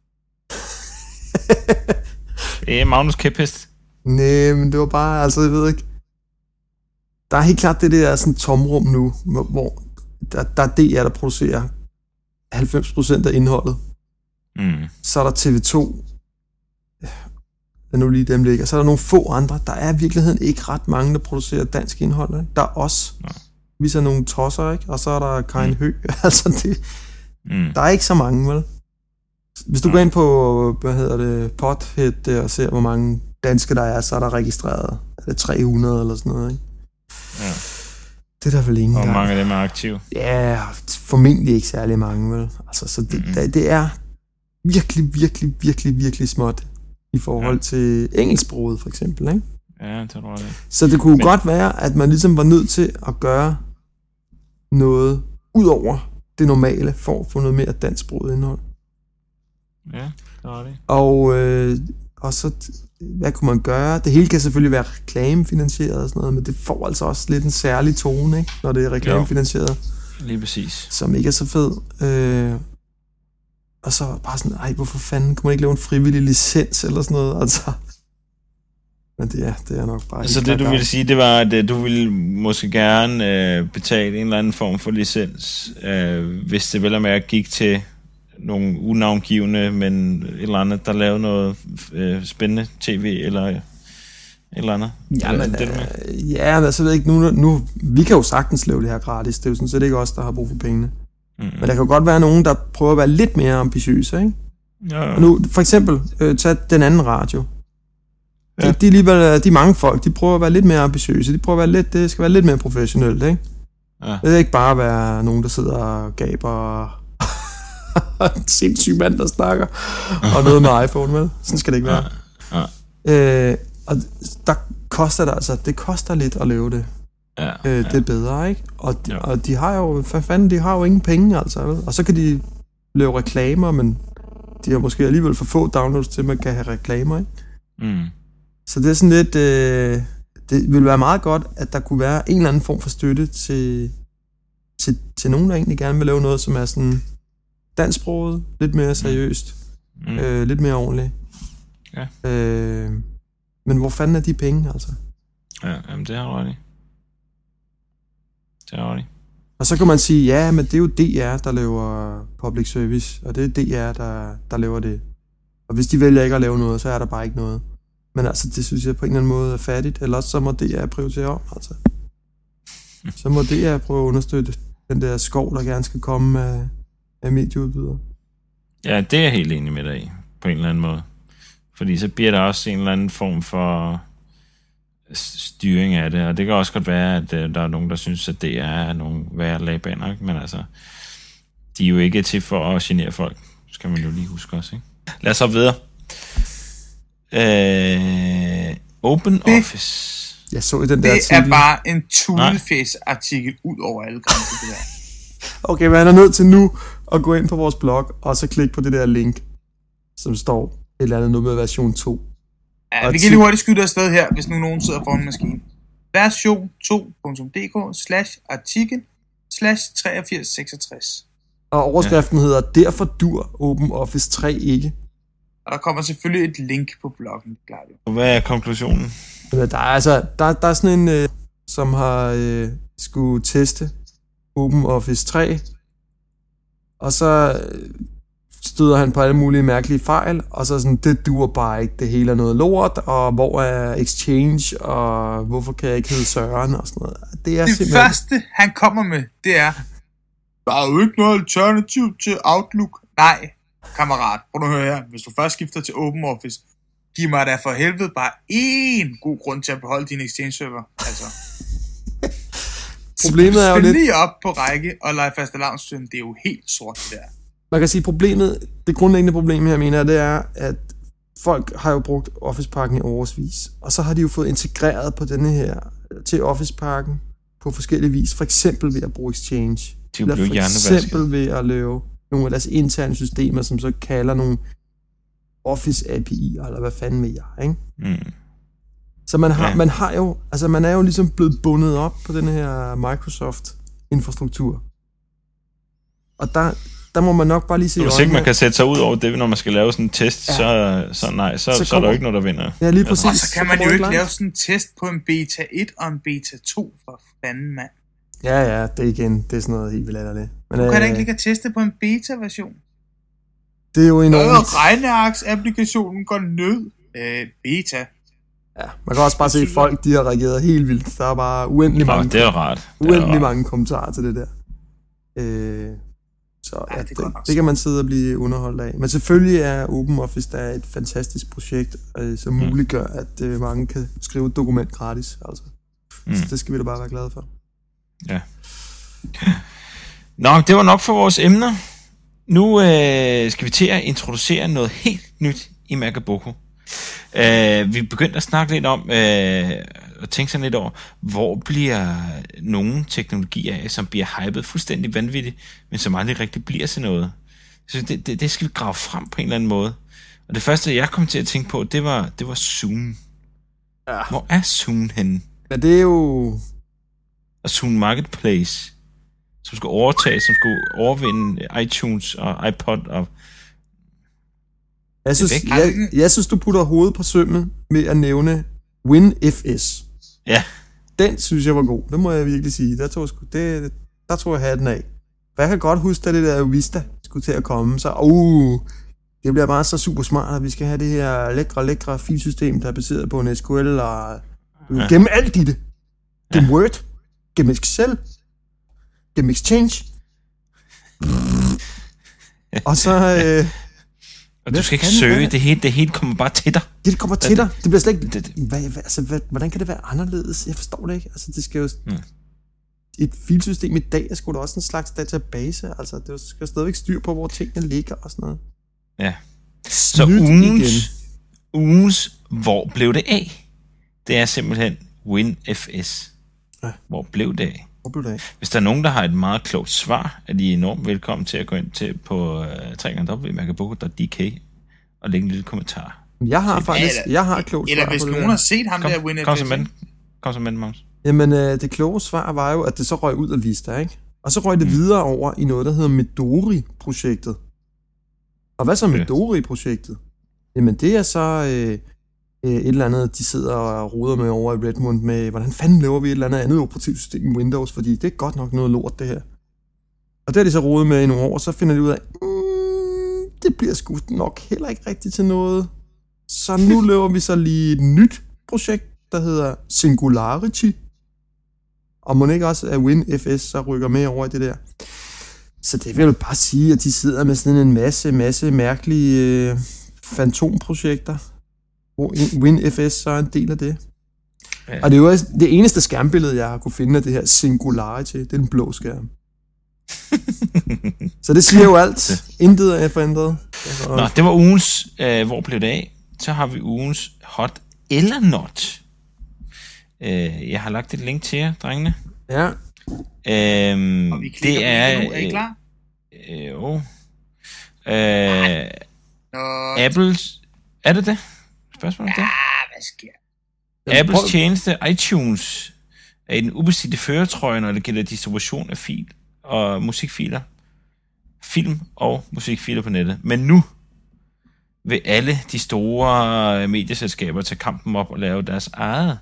Det er Magnus kæphest. Nej, men det var bare, altså, jeg ved ikke. Der er helt klart det der sådan tomrum nu, hvor der, der er D R, der producerer halvfems procent af indholdet. Mm. Så er der T V to. Der nu lige dem ligger. Så er der nogle få andre. Der er i virkeligheden ikke ret mange, der producerer dansk indhold. Ikke? Der er os. Nej. Vi er nogle tosser, ikke? Og så er der Karin mm. Høgh. altså, det, mm. der er ikke så mange, vel? Hvis du mm. går ind på, hvad hedder det, Pothead der, og ser, hvor mange danske der er, så er der registreret. Er det tre hundrede eller sådan noget, ikke? Ja. Det er der vel ingen, Hvor der... mange af dem er aktive? Ja, formentlig ikke særlig mange, vel? Altså, så det, mm. det, det er virkelig, virkelig, virkelig, virkelig småt i forhold ja. til engelsksproget, for eksempel, ikke? Ja, det tror jeg det. Så det kunne Men... godt være, at man ligesom var nødt til at gøre noget ud over det normale, for at få noget mere dansksproget indhold. Ja, det var det. Og, øh, og så, hvad kunne man gøre? Det hele kan selvfølgelig være reklamefinansieret og sådan noget, men det får altså også lidt en særlig tone, ikke? Når det er reklamefinansieret. Jo, lige præcis. Som ikke er så fed. Øh, og så bare sådan, ej, hvorfor fanden kunne man ikke lave en frivillig licens eller sådan noget? Altså. Men det er, det er nok bare... Så det, du ville sige, det var, at du ville måske gerne øh, betale en eller anden form for licens, øh, hvis det vel og mærke gik til nogle unavngivende, men et eller andet, der lavede noget øh, spændende tv, eller et eller andet. Jamen, det, øh, ja, altså ved jeg ikke, nu, nu, vi kan jo sagtens lave det her gratis, det er jo sådan set ikke os, der har brug for pengene. Mm-hmm. Men der kan jo godt være nogen, der prøver at være lidt mere ambitiøse, ikke? Ja, ja. Og nu, for eksempel, øh, tag den anden radio. Ja. De, de, alligevel, de mange folk, de prøver at være lidt mere ambitiøse, de prøver at være lidt, det skal være lidt mere professionelt, ikke? Ja. Det er ikke bare være nogen, der sidder og gaber og en sindssyg mand, der snakker, og noget med iPhone, vel? Sådan skal det ikke være. Ja. Ja. Øh, og der koster det altså, det koster lidt at lave det. Ja. Øh, det er bedre, ikke? Og de, og de har jo, for fanden, de har jo ingen penge, altså. Vel? Og så kan de lave reklamer, men de har måske alligevel for få downloads til, at man kan have reklamer, ikke? Mm. Så det er sådan lidt, øh, det ville være meget godt, at der kunne være en eller anden form for støtte til, til, til nogen, der egentlig gerne vil lave noget, som er sådan dansksproget, lidt mere seriøst, mm. øh, lidt mere ordentligt. Ja. Øh, men hvor fanden er de penge, altså? Ja, jamen det har du ret i. Det har du ret i. Og så kan man sige, ja, men det er jo D R, der laver public service, og det er D R, der, der laver det. Og hvis de vælger ikke at lave noget, så er der bare ikke noget. Men altså, det synes jeg på en eller anden måde er fattigt, eller også så må D R prioritere om, altså. Så må D R prøve at understøtte den der skov, der gerne skal komme af, af medieudbydere. Ja, det er jeg helt enig med dig i, på en eller anden måde. Fordi så bliver der også en eller anden form for styring af det, og det kan også godt være, at der er nogen, der synes, at det er nogle værre lagbaner, men altså, de er jo ikke til for at genere folk, skal man jo lige huske også, ikke? Lad os så videre. Øh, Open det, Office. Jeg så i den der det artikel. Er bare en tulefæs-artikel ud over alle grænser, det der. Okay, man er nødt til nu at gå ind på vores blog, og så klikke på det der link, som står et eller andet noget med version to. Ja, vi kan lige hurtigt skyde afsted her, hvis nu nogen sidder foran en maskine. version to punktum d k slash artikel slash treogfirs seksogtres. Og overskriften ja. hedder, derfor dur Open Office tre ikke. Og der kommer selvfølgelig et link på bloggen, klart jo. Hvad er konklusionen? Der er altså, der, der er sådan en, øh, som har øh, skulle teste Open Office tre, og så øh, støder han på alle mulige mærkelige fejl, og så sådan, det duer bare ikke, det hele er noget lort, og hvor er Exchange, og hvorfor kan jeg ikke hedde Søren, og sådan noget. Det, er det simpelthen... første, han kommer med, det er, der er jo ikke noget alternativ til Outlook. Nej, kammerat, prøv at høre her, hvis du først skifter til Open Office, giv mig da for helvede bare én god grund til at beholde din Exchange-server, altså. Problemet er jo lidt... lige op på række og lege fastelavnsstøtten, det er jo helt sort det der. Man kan sige, problemet, det grundlæggende problem her, mener jeg, det er, at folk har jo brugt Office-pakken i årsvis, og så har de jo fået integreret på denne her, til Office-pakken på forskellige vis, for eksempel ved at bruge Exchange. De eller for eksempel ved at lave nogle af deres interne systemer, som så kalder nogle Office A P I'er, eller hvad fanden ved jeg, ikke? Mm. Så man har, ja. man har jo, altså man er jo ligesom blevet bundet op på den her Microsoft-infrastruktur. Og der, der må man nok bare lige se... Hvis ikke man kan sætte sig ud over det, når man skal lave sådan en test, ja. så, så nej, så, så, så, så er der jo ikke noget, der vinder. Ja, lige præcis. Og så kan man jo ikke lave sådan en test på en beta et og en beta to, for fanden, mand. Ja, ja, det er igen, det er sådan noget helt vildt latterligt. Men, du kan øh, da ikke ligge at teste på en beta-version. Det er jo enormt. Og regnearks-applikationen går ned. Øh, beta. Ja, man kan også bare se, at folk, de har reageret helt vildt. Der er bare uendelig Nå, mange, det er rart. uendelig rart. mange kommentarer til det der. Øh, så ja, ja, det, det, det kan man sidde og blive underholdt af. Men selvfølgelig er OpenOffice der er et fantastisk projekt, øh, som mm. muliggør, at øh, mange kan skrive et dokument gratis. Altså. Mm. Så det skal vi da bare være glade for. Ja. Nå, det var nok for vores emner. Nu øh, skal vi til at introducere noget helt nyt i Magaboku. Uh, vi begyndte at snakke lidt om uh, og tænke sådan lidt over, hvor bliver nogle teknologier af, som bliver hypet fuldstændig vanvittigt, men som aldrig rigtig bliver til noget. Så det, det, det skal vi grave frem på en eller anden måde. Og det første jeg kom til at tænke på, det var, det var Zoom. Ja. Hvor er Zoom henne? Ja, det er jo... Og Zoom Marketplace, som skulle overtage, som skulle overvinde iTunes og iPod og... Jeg synes, jeg, jeg synes, du putter hovedet på sømmet med at nævne WinFS. Ja. Den synes jeg var god. Det må jeg virkelig sige. Der tog jeg, sgu, det, der tog jeg hatten af. For jeg kan godt huske, at det der Vista skulle til at komme. Så uh, det bliver bare så super smart, at vi skal have det her lækre, lækre filsystem, der er baseret på en S Q L og ja. Gennem alt i det. Gennem ja. Word, gennem Excel, gennem Exchange. Og så... Øh, og du skal ikke søge, det? det hele, det hele kommer bare til dig. Det, det kommer til dig. Det bliver slet ikke... Det, hvad, hvad, altså, hvad, hvordan kan det være anderledes? Jeg forstår det ikke. Altså, det skal jo... Hmm. Et filsystem i dag er sgu da også en slags database. Altså, det skal stadigvæk styr på, hvor tingene ligger og sådan noget. Ja. Så ugens, ugens, hvor blev det af? Det er simpelthen WinFS. Ja. Hvor blev det af? Hvor blev det af? Hvis der er nogen, der har et meget klogt svar, er de enormt velkommen til at gå ind til på uh, w w w punktum macbooko punktum d k og lægge en lille kommentar. Jeg har faktisk, jeg har et klogt eller svar. Eller hvis nogen har set ham kom, der WinFS. Kom så med den. Kom så med den, Magnus. Jamen, øh, det kloge svar var jo, at det så røg ud af Vista, ikke? Og så røg det mm. videre over i noget, der hedder Midori-projektet. Og hvad så er Midori-projektet? Jamen, det er så øh, et eller andet, de sidder og roder med over i Redmond med, hvordan fanden laver vi et eller andet andet operativsystem i Windows, fordi det er godt nok noget lort, det her. Og det har de så rodet med i nogle år, og så finder de ud af, mm, det bliver sgu nok heller ikke rigtigt til noget. Så nu laver vi så lige et nyt projekt, der hedder Singularity. Og må ikke også, at WinFS så rykker med over i det der. Så det vil jeg bare sige, at de sidder med sådan en masse, masse mærkelige øh, fantomprojekter, hvor WinFS så er en del af det. Ja. Og det er jo det eneste skærmbillede, jeg har kunne finde af det her Singularity. Det er en blå skærm. Så det siger jo alt. Intet er forændret. Nå, det var ugens, øh, hvor blev det af? Så har vi ugens hot eller not. Øh, jeg har lagt et link til jer, drengene. Ja. Øhm, og vi det er... Nu. Er I klar? Øh, jo. Øh, Apples... Er det det? Spørgsmål om det? Ja, hvad sker Apples tjeneste iTunes er i den ubestidte føretrøje, når det gælder distribution af fil og musikfiler. Film og musikfiler på nettet. Men nu vil alle de store medieselskaber tage kampen op og lave deres eget.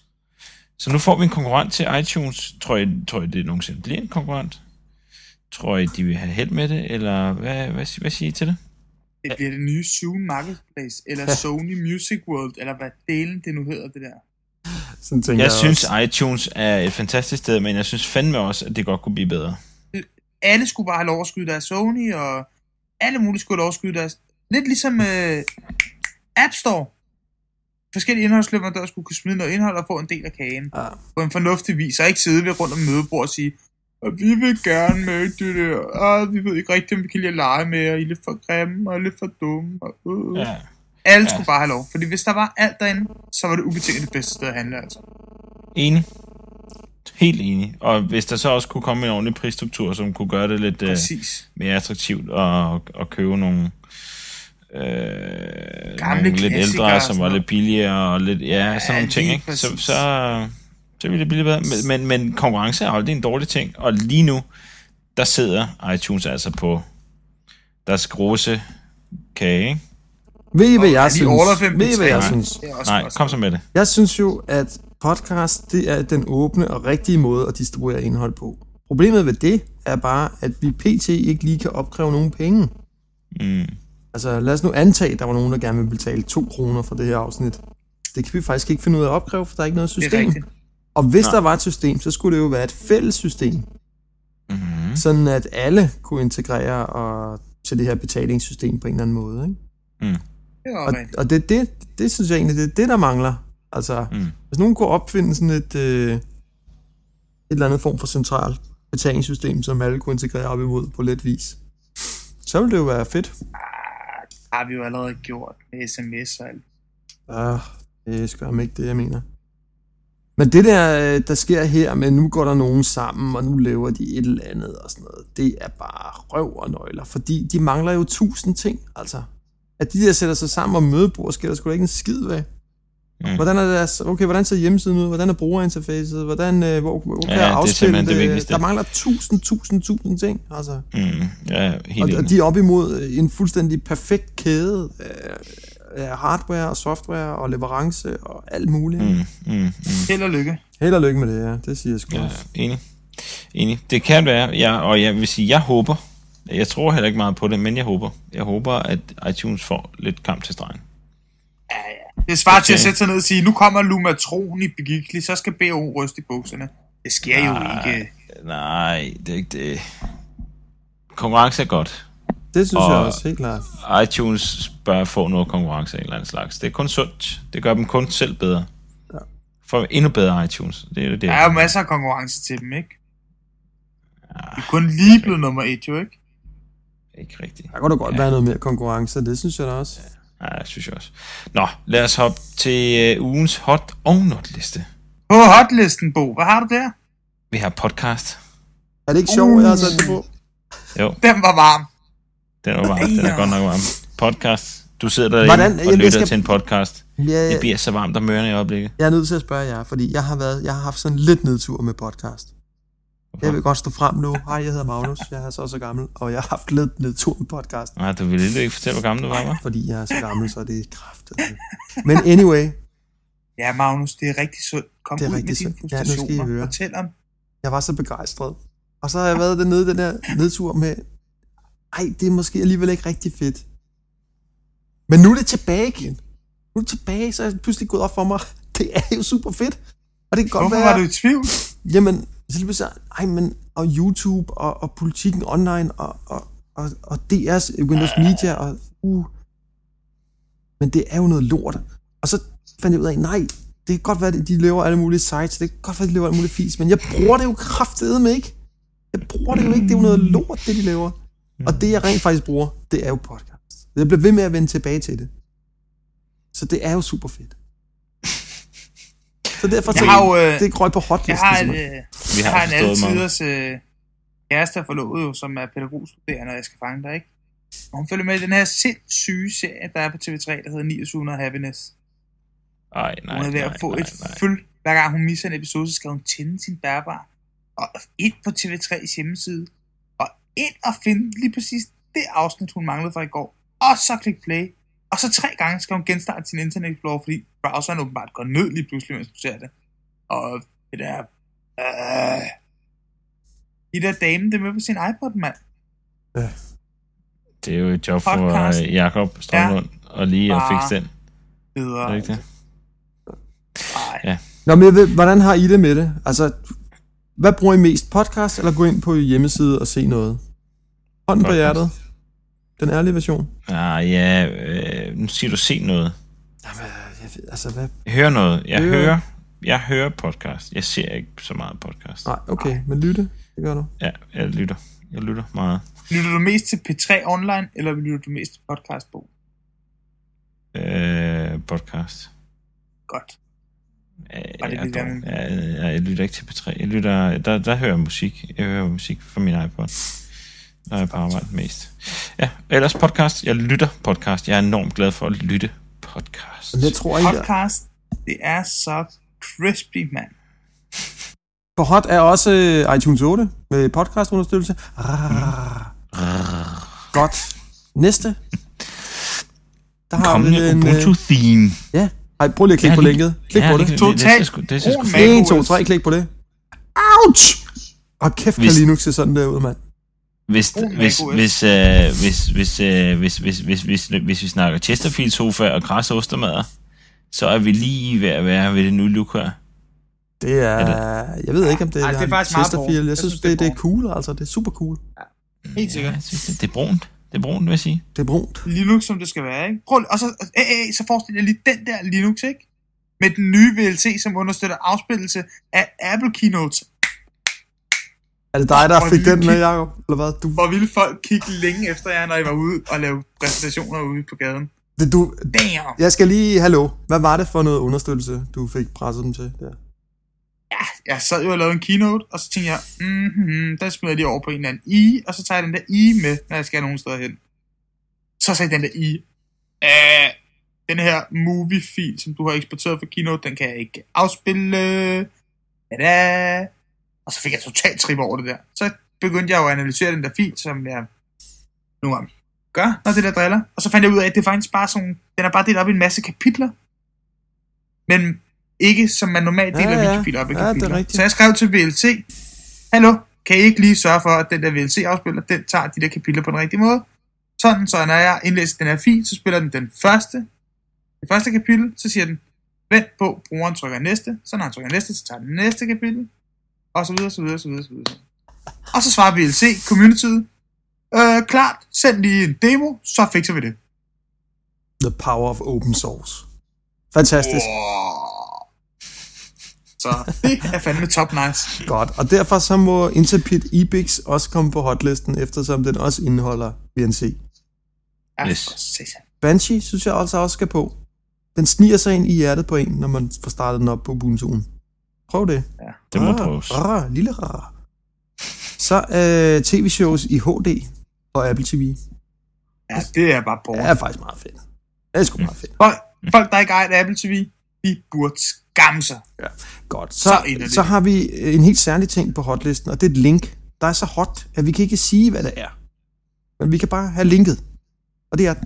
Så nu får vi en konkurrent til iTunes. Tror jeg, tror jeg det nogensinde bliver en konkurrent? Tror jeg, de vil have held med det? Eller hvad, hvad, hvad siger I til det? Det bliver det nye Zune Marketplace, eller ja. Sony Music World, eller hvad delen det nu hedder, det der. Sådan jeg, jeg jeg synes, også. iTunes er et fantastisk sted, men jeg synes fandme også, at det godt kunne blive bedre. Alle skulle bare have lov at skyde deres Sony, og alle mulige skulle have lov at skyde deres... Lidt ligesom øh, App Store. Forskellige indholdsleverandører skulle kunne smide noget indhold og få en del af kagen. Ja. På en fornuftig vis, og ikke sidde ved rundt om mødebord og sige, og vi vil gerne med det der, og vi ved ikke rigtigt, om vi kan lide at lege med, og I er lidt for grimme, og lidt for dumme. Og, uh. ja. Alle ja. skulle bare have lov, fordi hvis der var alt derinde, så var det ubetinget det bedste sted at handle, altså. Enig. Helt enig. Og hvis der så også kunne komme en ordentlig prisstruktur, som kunne gøre det lidt uh, mere attraktivt at, at købe nogle, øh, nogle lidt ældre, som var lidt billigere, og lidt, ja, ja sådan nogle ting, ikke? Så, så, så ville det blive bedre. Men, men, men konkurrence er aldrig en dårlig ting, og lige nu, der sidder iTunes altså på deres grosse kage, ikke? Ved I, hvad jeg synes? Ved I, hvad jeg synes? Nej, kom så med det. Jeg synes jo, at podcast, det er den åbne og rigtige måde at distribuere indhold på. Problemet ved det er bare, at vi pt. Ikke lige kan opkræve nogen penge. Mm. Altså, lad os nu antage, at der var nogen, der gerne vil betale to kroner for det her afsnit. Det kan vi faktisk ikke finde ud af at opkræve, for der er ikke noget system. Og hvis Nej. der var et system, så skulle det jo være et fælles system. Mm-hmm. Sådan at alle kunne integrere og, til det her betalingssystem på en eller anden måde, ikke? Mm. Og, og det, det, det synes jeg egentlig, det er det, der mangler. Altså, mm. hvis nogen kunne opfinde sådan et, øh, et eller andet form for centralt betalingssystem, som alle kunne integrere op imod på let vis, så ville det jo være fedt. Ah, har vi jo allerede gjort med sms og alt. Ah, det skal jeg ikke det, jeg mener. Men det der, der sker her med, nu går der nogen sammen, og nu laver de et eller andet og sådan noget, det er bare røv og nøgler, fordi de mangler jo tusind ting, altså. At de der sætter sig sammen og mødebord, sker der sgu da ikke en skid ved. Mm. Hvordan er deres, okay, hvordan ser hjemmesiden ud? Hvordan er brugerinterfacet? Hvordan, øh, hvor, hvor kan ja, jeg afspille det? det der mangler tusind, tusind, tusind ting, altså. Mm. Ja, helt og, og de er op imod en fuldstændig perfekt kæde af, ja, hardware og software og leverance og alt muligt. Mm, mm, mm. Held og lykke. Held og lykke med det, ja. Det siger jeg sgu Ja, også. enig. Enig. Det kan være, jeg, og jeg vil sige, jeg håber, jeg tror heller ikke meget på det, men jeg håber, jeg håber, at iTunes får lidt kamp til stregen. Det er svært til at Okay. sætte sig ned og sige, nu kommer Lumatron i Begikli, så skal B O ryste i bukserne. Det sker jo Nej. ikke. Nej, det er ikke det. Konkurrence er godt. Det synes Og- jeg også, helt klart. iTunes bør få noget konkurrence af en eller anden slags. Det er kun sundt. Det gør dem kun selv bedre. Ja. For endnu bedre iTunes. Det er jo det. Der er jo masser af konkurrence til dem, ikke? De er kun lige blevet nummer et, jo ikke? Ikke rigtigt. Der kunne da godt Ja. være noget mere konkurrence, det synes jeg da også. Ja, det synes jeg også. Nå, lad os hoppe til uh, ugens hot og not liste. På hotlisten, Bo, hvad har du der? Vi har podcast. Er det ikke sjovt, jeg har sat det på? Jo, Den var varm. den er varm. Den er godt nok varm. Podcast. Du sidder derinde Hvordan- og Jamen, jeg lytter skal- til en podcast. Ja, Det bliver så varmt og mørende i øjeblikket. jeg er nødt til at spørge jer, fordi jeg har, været, jeg har haft sådan lidt nedtur med podcast. Jeg vil godt stå frem nu. Hej, jeg hedder Magnus. Jeg er så så gammel, og jeg har haft lidt nedtur med podcast. Nej, du vil ikke fortælle, hvor gammel du var, hva'? Fordi jeg er så gammel, så det er kraftet. Men anyway, Ja, Magnus, det er rigtig sundt. Kom Det er ud med rigtig dine sundt. Ja, nu skal I frustrationer. høre. Fortæl om. jeg var så begejstret. Og så har jeg været dernede, den der nedtur med, ej, det er måske alligevel ikke rigtig fedt. Men nu er det tilbage igen. Nu er det tilbage, så er det pludselig gået op for mig. Det er jo super fedt. Og det kan godt Hvorfor være... var du i tvivl? Jamen, så lige pludselig, ej, men, og YouTube, og, og politikken online, og, og, og, og D R's Windows Media, og uh. Men det er jo noget lort. Og så fandt jeg ud af, nej, det kan godt være, at de laver alle mulige sites, det kan godt være, at de laver alle mulige fis, men jeg bruger det jo kraftedeme ikke. Jeg bruger det jo ikke, det er jo noget lort, det de laver. Og det, jeg rent faktisk bruger, det er jo podcast. Jeg bliver ved med at vende tilbage til det. Så det er jo super fedt. Så derfor Jeg har jo, øh, det er grønt på hotlisten. Jeg har, et, simpelthen. øh, Vi jeg har har en forstået, Magnus. altiders øh, kæreste og forlovet, jo, som er pædagogstuderende, og jeg skal fange dig, ikke? Og hun følger med i den her sindssyge serie, der er på T V tre, der hedder niogtyve hundrede Happiness. Ej, nej, Hun er ved nej, at få nej, et nej. føl. Hver gang hun misser en episode, så skal hun tænde sin bærbar. Og ind på T V tre's hjemmeside. Og ind og finde lige præcis det afsnit, hun manglede fra i går. Og så klik play. Og så tre gange skal hun genstarte sin Internet Explorer, fordi browseren åbenbart går ned lige pludselig, mens hun ser det. Og det der... Øh, de der dame, det er med på sin iPod, mand. Det er jo et job for Podcast. uh, Jakob Strømlund, og lige at Bare fikse den. Videre. Er det ikke det? Nej. Ja. Nå, men jeg ved, hvordan har I det med det? Altså, hvad bruger I mest? Podcast, eller gå ind på hjemmeside og se noget? Hånden på Podcast. hjertet. Den ærlige version. Ah, ja, øh, nu siger du se noget. Jamen, jeg ved, altså, hvad? Hør noget. Jeg Høre. hører, jeg hører podcast. Jeg ser ikke så meget podcast. Nej, okay, men lytte, det gør du. Ja, jeg lytter. Jeg lytter meget. Lytter du mest til P tre online, eller lytter du mest til podcast på? Øh, podcast. Godt. Øh, Og det jeg, vil dog, gerne- jeg, jeg, jeg lytter ikke til P tre. Jeg lytter, der, der hører jeg musik. Jeg hører musik fra min iPod. Når jeg er på arbejde mest. Ja, ellers podcast. Jeg lytter podcast. Jeg er enormt glad for at lytte podcast. Men jeg tror ikke, at Podcast, det er så crispy, mand. på Hot er også øh, iTunes otte med podcastunderstøttelse. Ah, godt. Næste. Der har Kommende vi en... øh, Ubuntu-theme. Ja, ej, prøv lige at klikke Ja, på lige- linket. Klik Ja, på det, det. det, det, det, Totalt det, sgu- det, ser sgu brun fedt. Mac en, to, O S. tre, klik på det. Ouch! Og kæft, kan Hvis- Linux se sådan der ud, mand. Hvis, Brun hvis, Mac O S. hvis, øh, hvis, hvis, øh, hvis, hvis, hvis, hvis, hvis vi snakker Chesterfield sofa og græs og ostermadder, så er vi lige ved at være ved det nye look her. Det er... Jeg ved ikke, om det er, Ej, det er faktisk meget Chesterfield. brunt. Jeg Jeg synes, synes, det, det det er er cool, altså. Det er super cool. Helt sikkert. Ja, jeg synes, det, det er brunt. Det er brunt, vil jeg sige. Det er brunt. Linux, som det skal være, ikke? Prøv, og så, øh, øh, så forestil dig lige den der Linux, ikke? Med den nye V L C, som understøtter afspillelse af Apple Keynotes. Er det dig, der Hvor fik den vildt. med, Jacob? Eller hvad? Du, Hvor ville folk kigge længe efter jer, når I var ude og lave præsentationer ude på gaden? det, du, Damn! jeg skal lige... Hallo. Hvad var det for noget understøttelse, du fik presset dem til? Der? Ja, jeg sad jo og lavede en keynote, og så tænkte jeg, mhm, der smider jeg lige over på en eller anden i, og så tager jeg den der i med, når jeg skal nogen steder hen. Så sagde den der i, øh, den her movie-fil, som du har eksporteret fra keynote, den kan jeg ikke afspille. Da-da. Og så fik jeg totalt trip over det der. Så begyndte jeg jo at analysere den der fil, som jeg nu har gør, når det der driller. Og så fandt jeg ud af, at det er faktisk bare sådan, den er bare delt op i en masse kapitler. Men ikke som man normalt deler ja, ja. videofiler op i ja, kapitler. Så jeg skrev til V L C, hallo, kan I ikke lige sørge for, at den der V L C-afspiller, den tager de der kapitler på den rigtige måde? Sådan, så når jeg indlæser den her fil, så spiller den den første, det første kapitel, så siger den, vent på, brugeren trykker næste, så når han trykker næste, så tager den næste kapitel, og så videre, så videre, så videre, så videre. Og så svarer V L C, communityet, øh, klart, send lige en demo, så fikser vi det. The power of open source. Fantastisk. Wow. Så det er fandme top nice. Godt, og derfor så må Intrepid E B I X også komme på hotlisten, eftersom den også indeholder V N C. Ja, Yes. Banshee synes jeg altså også skal på. Den sniger sig ind i hjertet på en, når man får startet den op på Ubuntu'en. Prøv det. Ja. Det må Ah, prøves. ah, lille rar. Så øh, tv-shows i H D og Apple T V. Ja, det er bare på. Det er faktisk meget fedt. Det er sgu meget fedt. Folk, folk der ikke ejer Apple T V, de burde skamme sig. Ja, godt. Så, Så så, det. så har vi en helt særlig ting på hotlisten, og det er et link, der er så hot, at vi kan ikke sige, hvad det er. Men vi kan bare have linket. Og det er...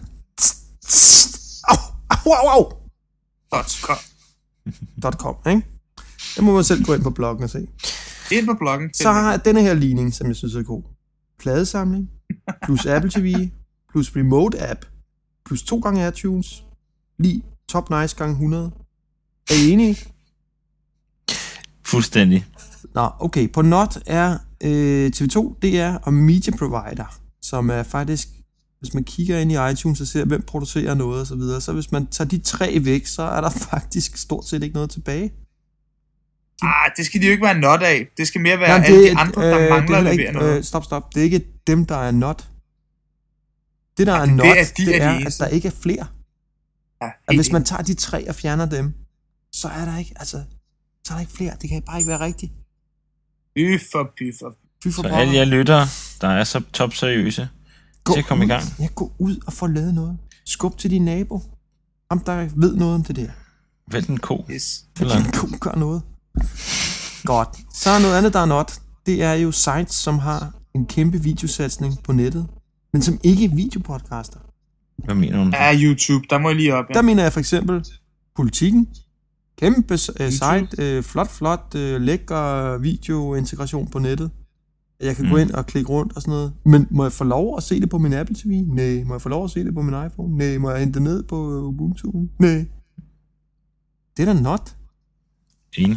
Au, au, au, au. Godt, kom. .com, ikke? Det må man selv gå ind på bloggen og se. Ind på bloggen. Så har jeg denne her ligning, som jeg synes er god. Pladesamling, plus Apple T V, plus Remote App, plus to gange AirTunes, lige Top Nice gange hundrede. Er I enige? Fuldstændig. Nå, okay. På Not er øh, T V to, D R og Media Provider, som er faktisk, hvis man kigger ind i iTunes og ser, hvem producerer noget og så videre, så hvis man tager de tre væk, så er der faktisk stort set ikke noget tilbage. Ah, det skal de jo ikke være not af. Det skal mere være Jamen, alle det, de andre, der øh, mangler at det er levere ikke, noget. øh, Stop, stop. Det er ikke dem, der er Not. Det, der Ej, er det Not, er, de det er de er, at eneste. der ikke er flere. Ja, At hvis man tager de tre og fjerner dem, så er der ikke, altså, så er der ikke flere. Det kan bare ikke være rigtigt. Pyffer, pyffer. Fy for Så alle jer lyttere, der er så top seriøse, til at komme i gang. Ja, gå ud og få lavet noget. Skub til din nabo. Ham, der ved noget om det der. Vælg en ko. Yes. Eller Din ko gør noget. Godt. Så er noget andet, der er not. Det er jo sites, som har en kæmpe videosatsning på nettet, men som ikke er videopodcaster. hvad mener du? Ja, YouTube. Der må jeg lige op, ja. Der mener jeg for eksempel Politikken. Kæmpe uh, site. Uh, flot, flot, uh, lækker videointegration på nettet. Jeg kan mm. gå ind og klikke rundt og sådan noget. Men må jeg få lov at se det på min Apple T V? Nej. Må jeg få lov at se det på min iPhone? Nej. Må jeg hente det ned på Ubuntu? Nej. Det er da not. Enig.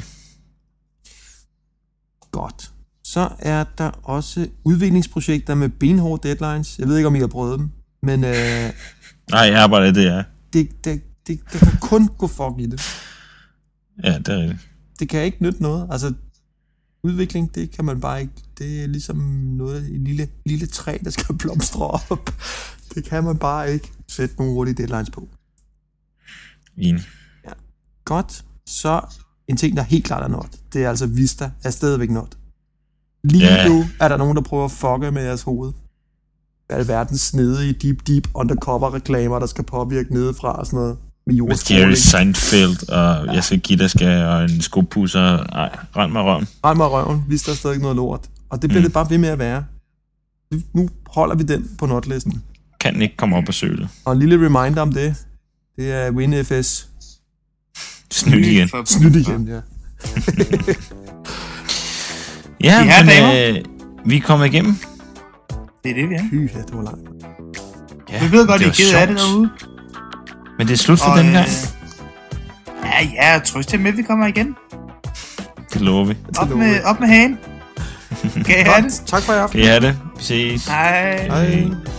Godt. Så er der også udviklingsprojekter med benhårde deadlines. Jeg ved ikke, om I har prøvet dem, men øh, Nej, jeg arbejder det, ja. det, det, det, det kan kun gå fuck i det. Ja, det er rigtigt. Det kan ikke nytte noget. Altså, udvikling, det kan man bare ikke. Det er ligesom noget, et lille, lille træ, der skal blomstre op. Det kan man bare ikke sætte nogle hurtige deadlines på. Enig. Ja. Godt. Så en ting, der helt klart er not, det er altså Vista er stadigvæk not. Lige Ja. nu er der nogen, der prøver at fucke med jeres hoved. Alverdens snedige, deep, deep undercover-reklamer, der skal påvirke nedefra og sådan noget. Med Med jordstråling. Jerry Seinfeld, og jeg skal give dig skal, og en skopusser. Nej, rend mig røven. Rend mig røven, Vista er stadig noget lort. Og det bliver mm. det bare ved med at være. Nu holder vi den på notlisten. Kan den ikke komme op og søge det. Og en lille reminder om det, det er WinFS. Snyt igen. Snyt igen, ja. Ja, De her men damer. øh, vi er kommet igennem. Det er det, vi er. Fy, ja, det var langt. Ja, Vi ved godt, I det er ked var af det sjovt. derude. Men det er slut for Og, den øh, gang. Ja, ja, trøst til med, at vi kommer igen. Det lover vi. Op med, op med hagen. Kan I have det? Tak for i aften. Kan I have det? Vi ses. Hej. Hej.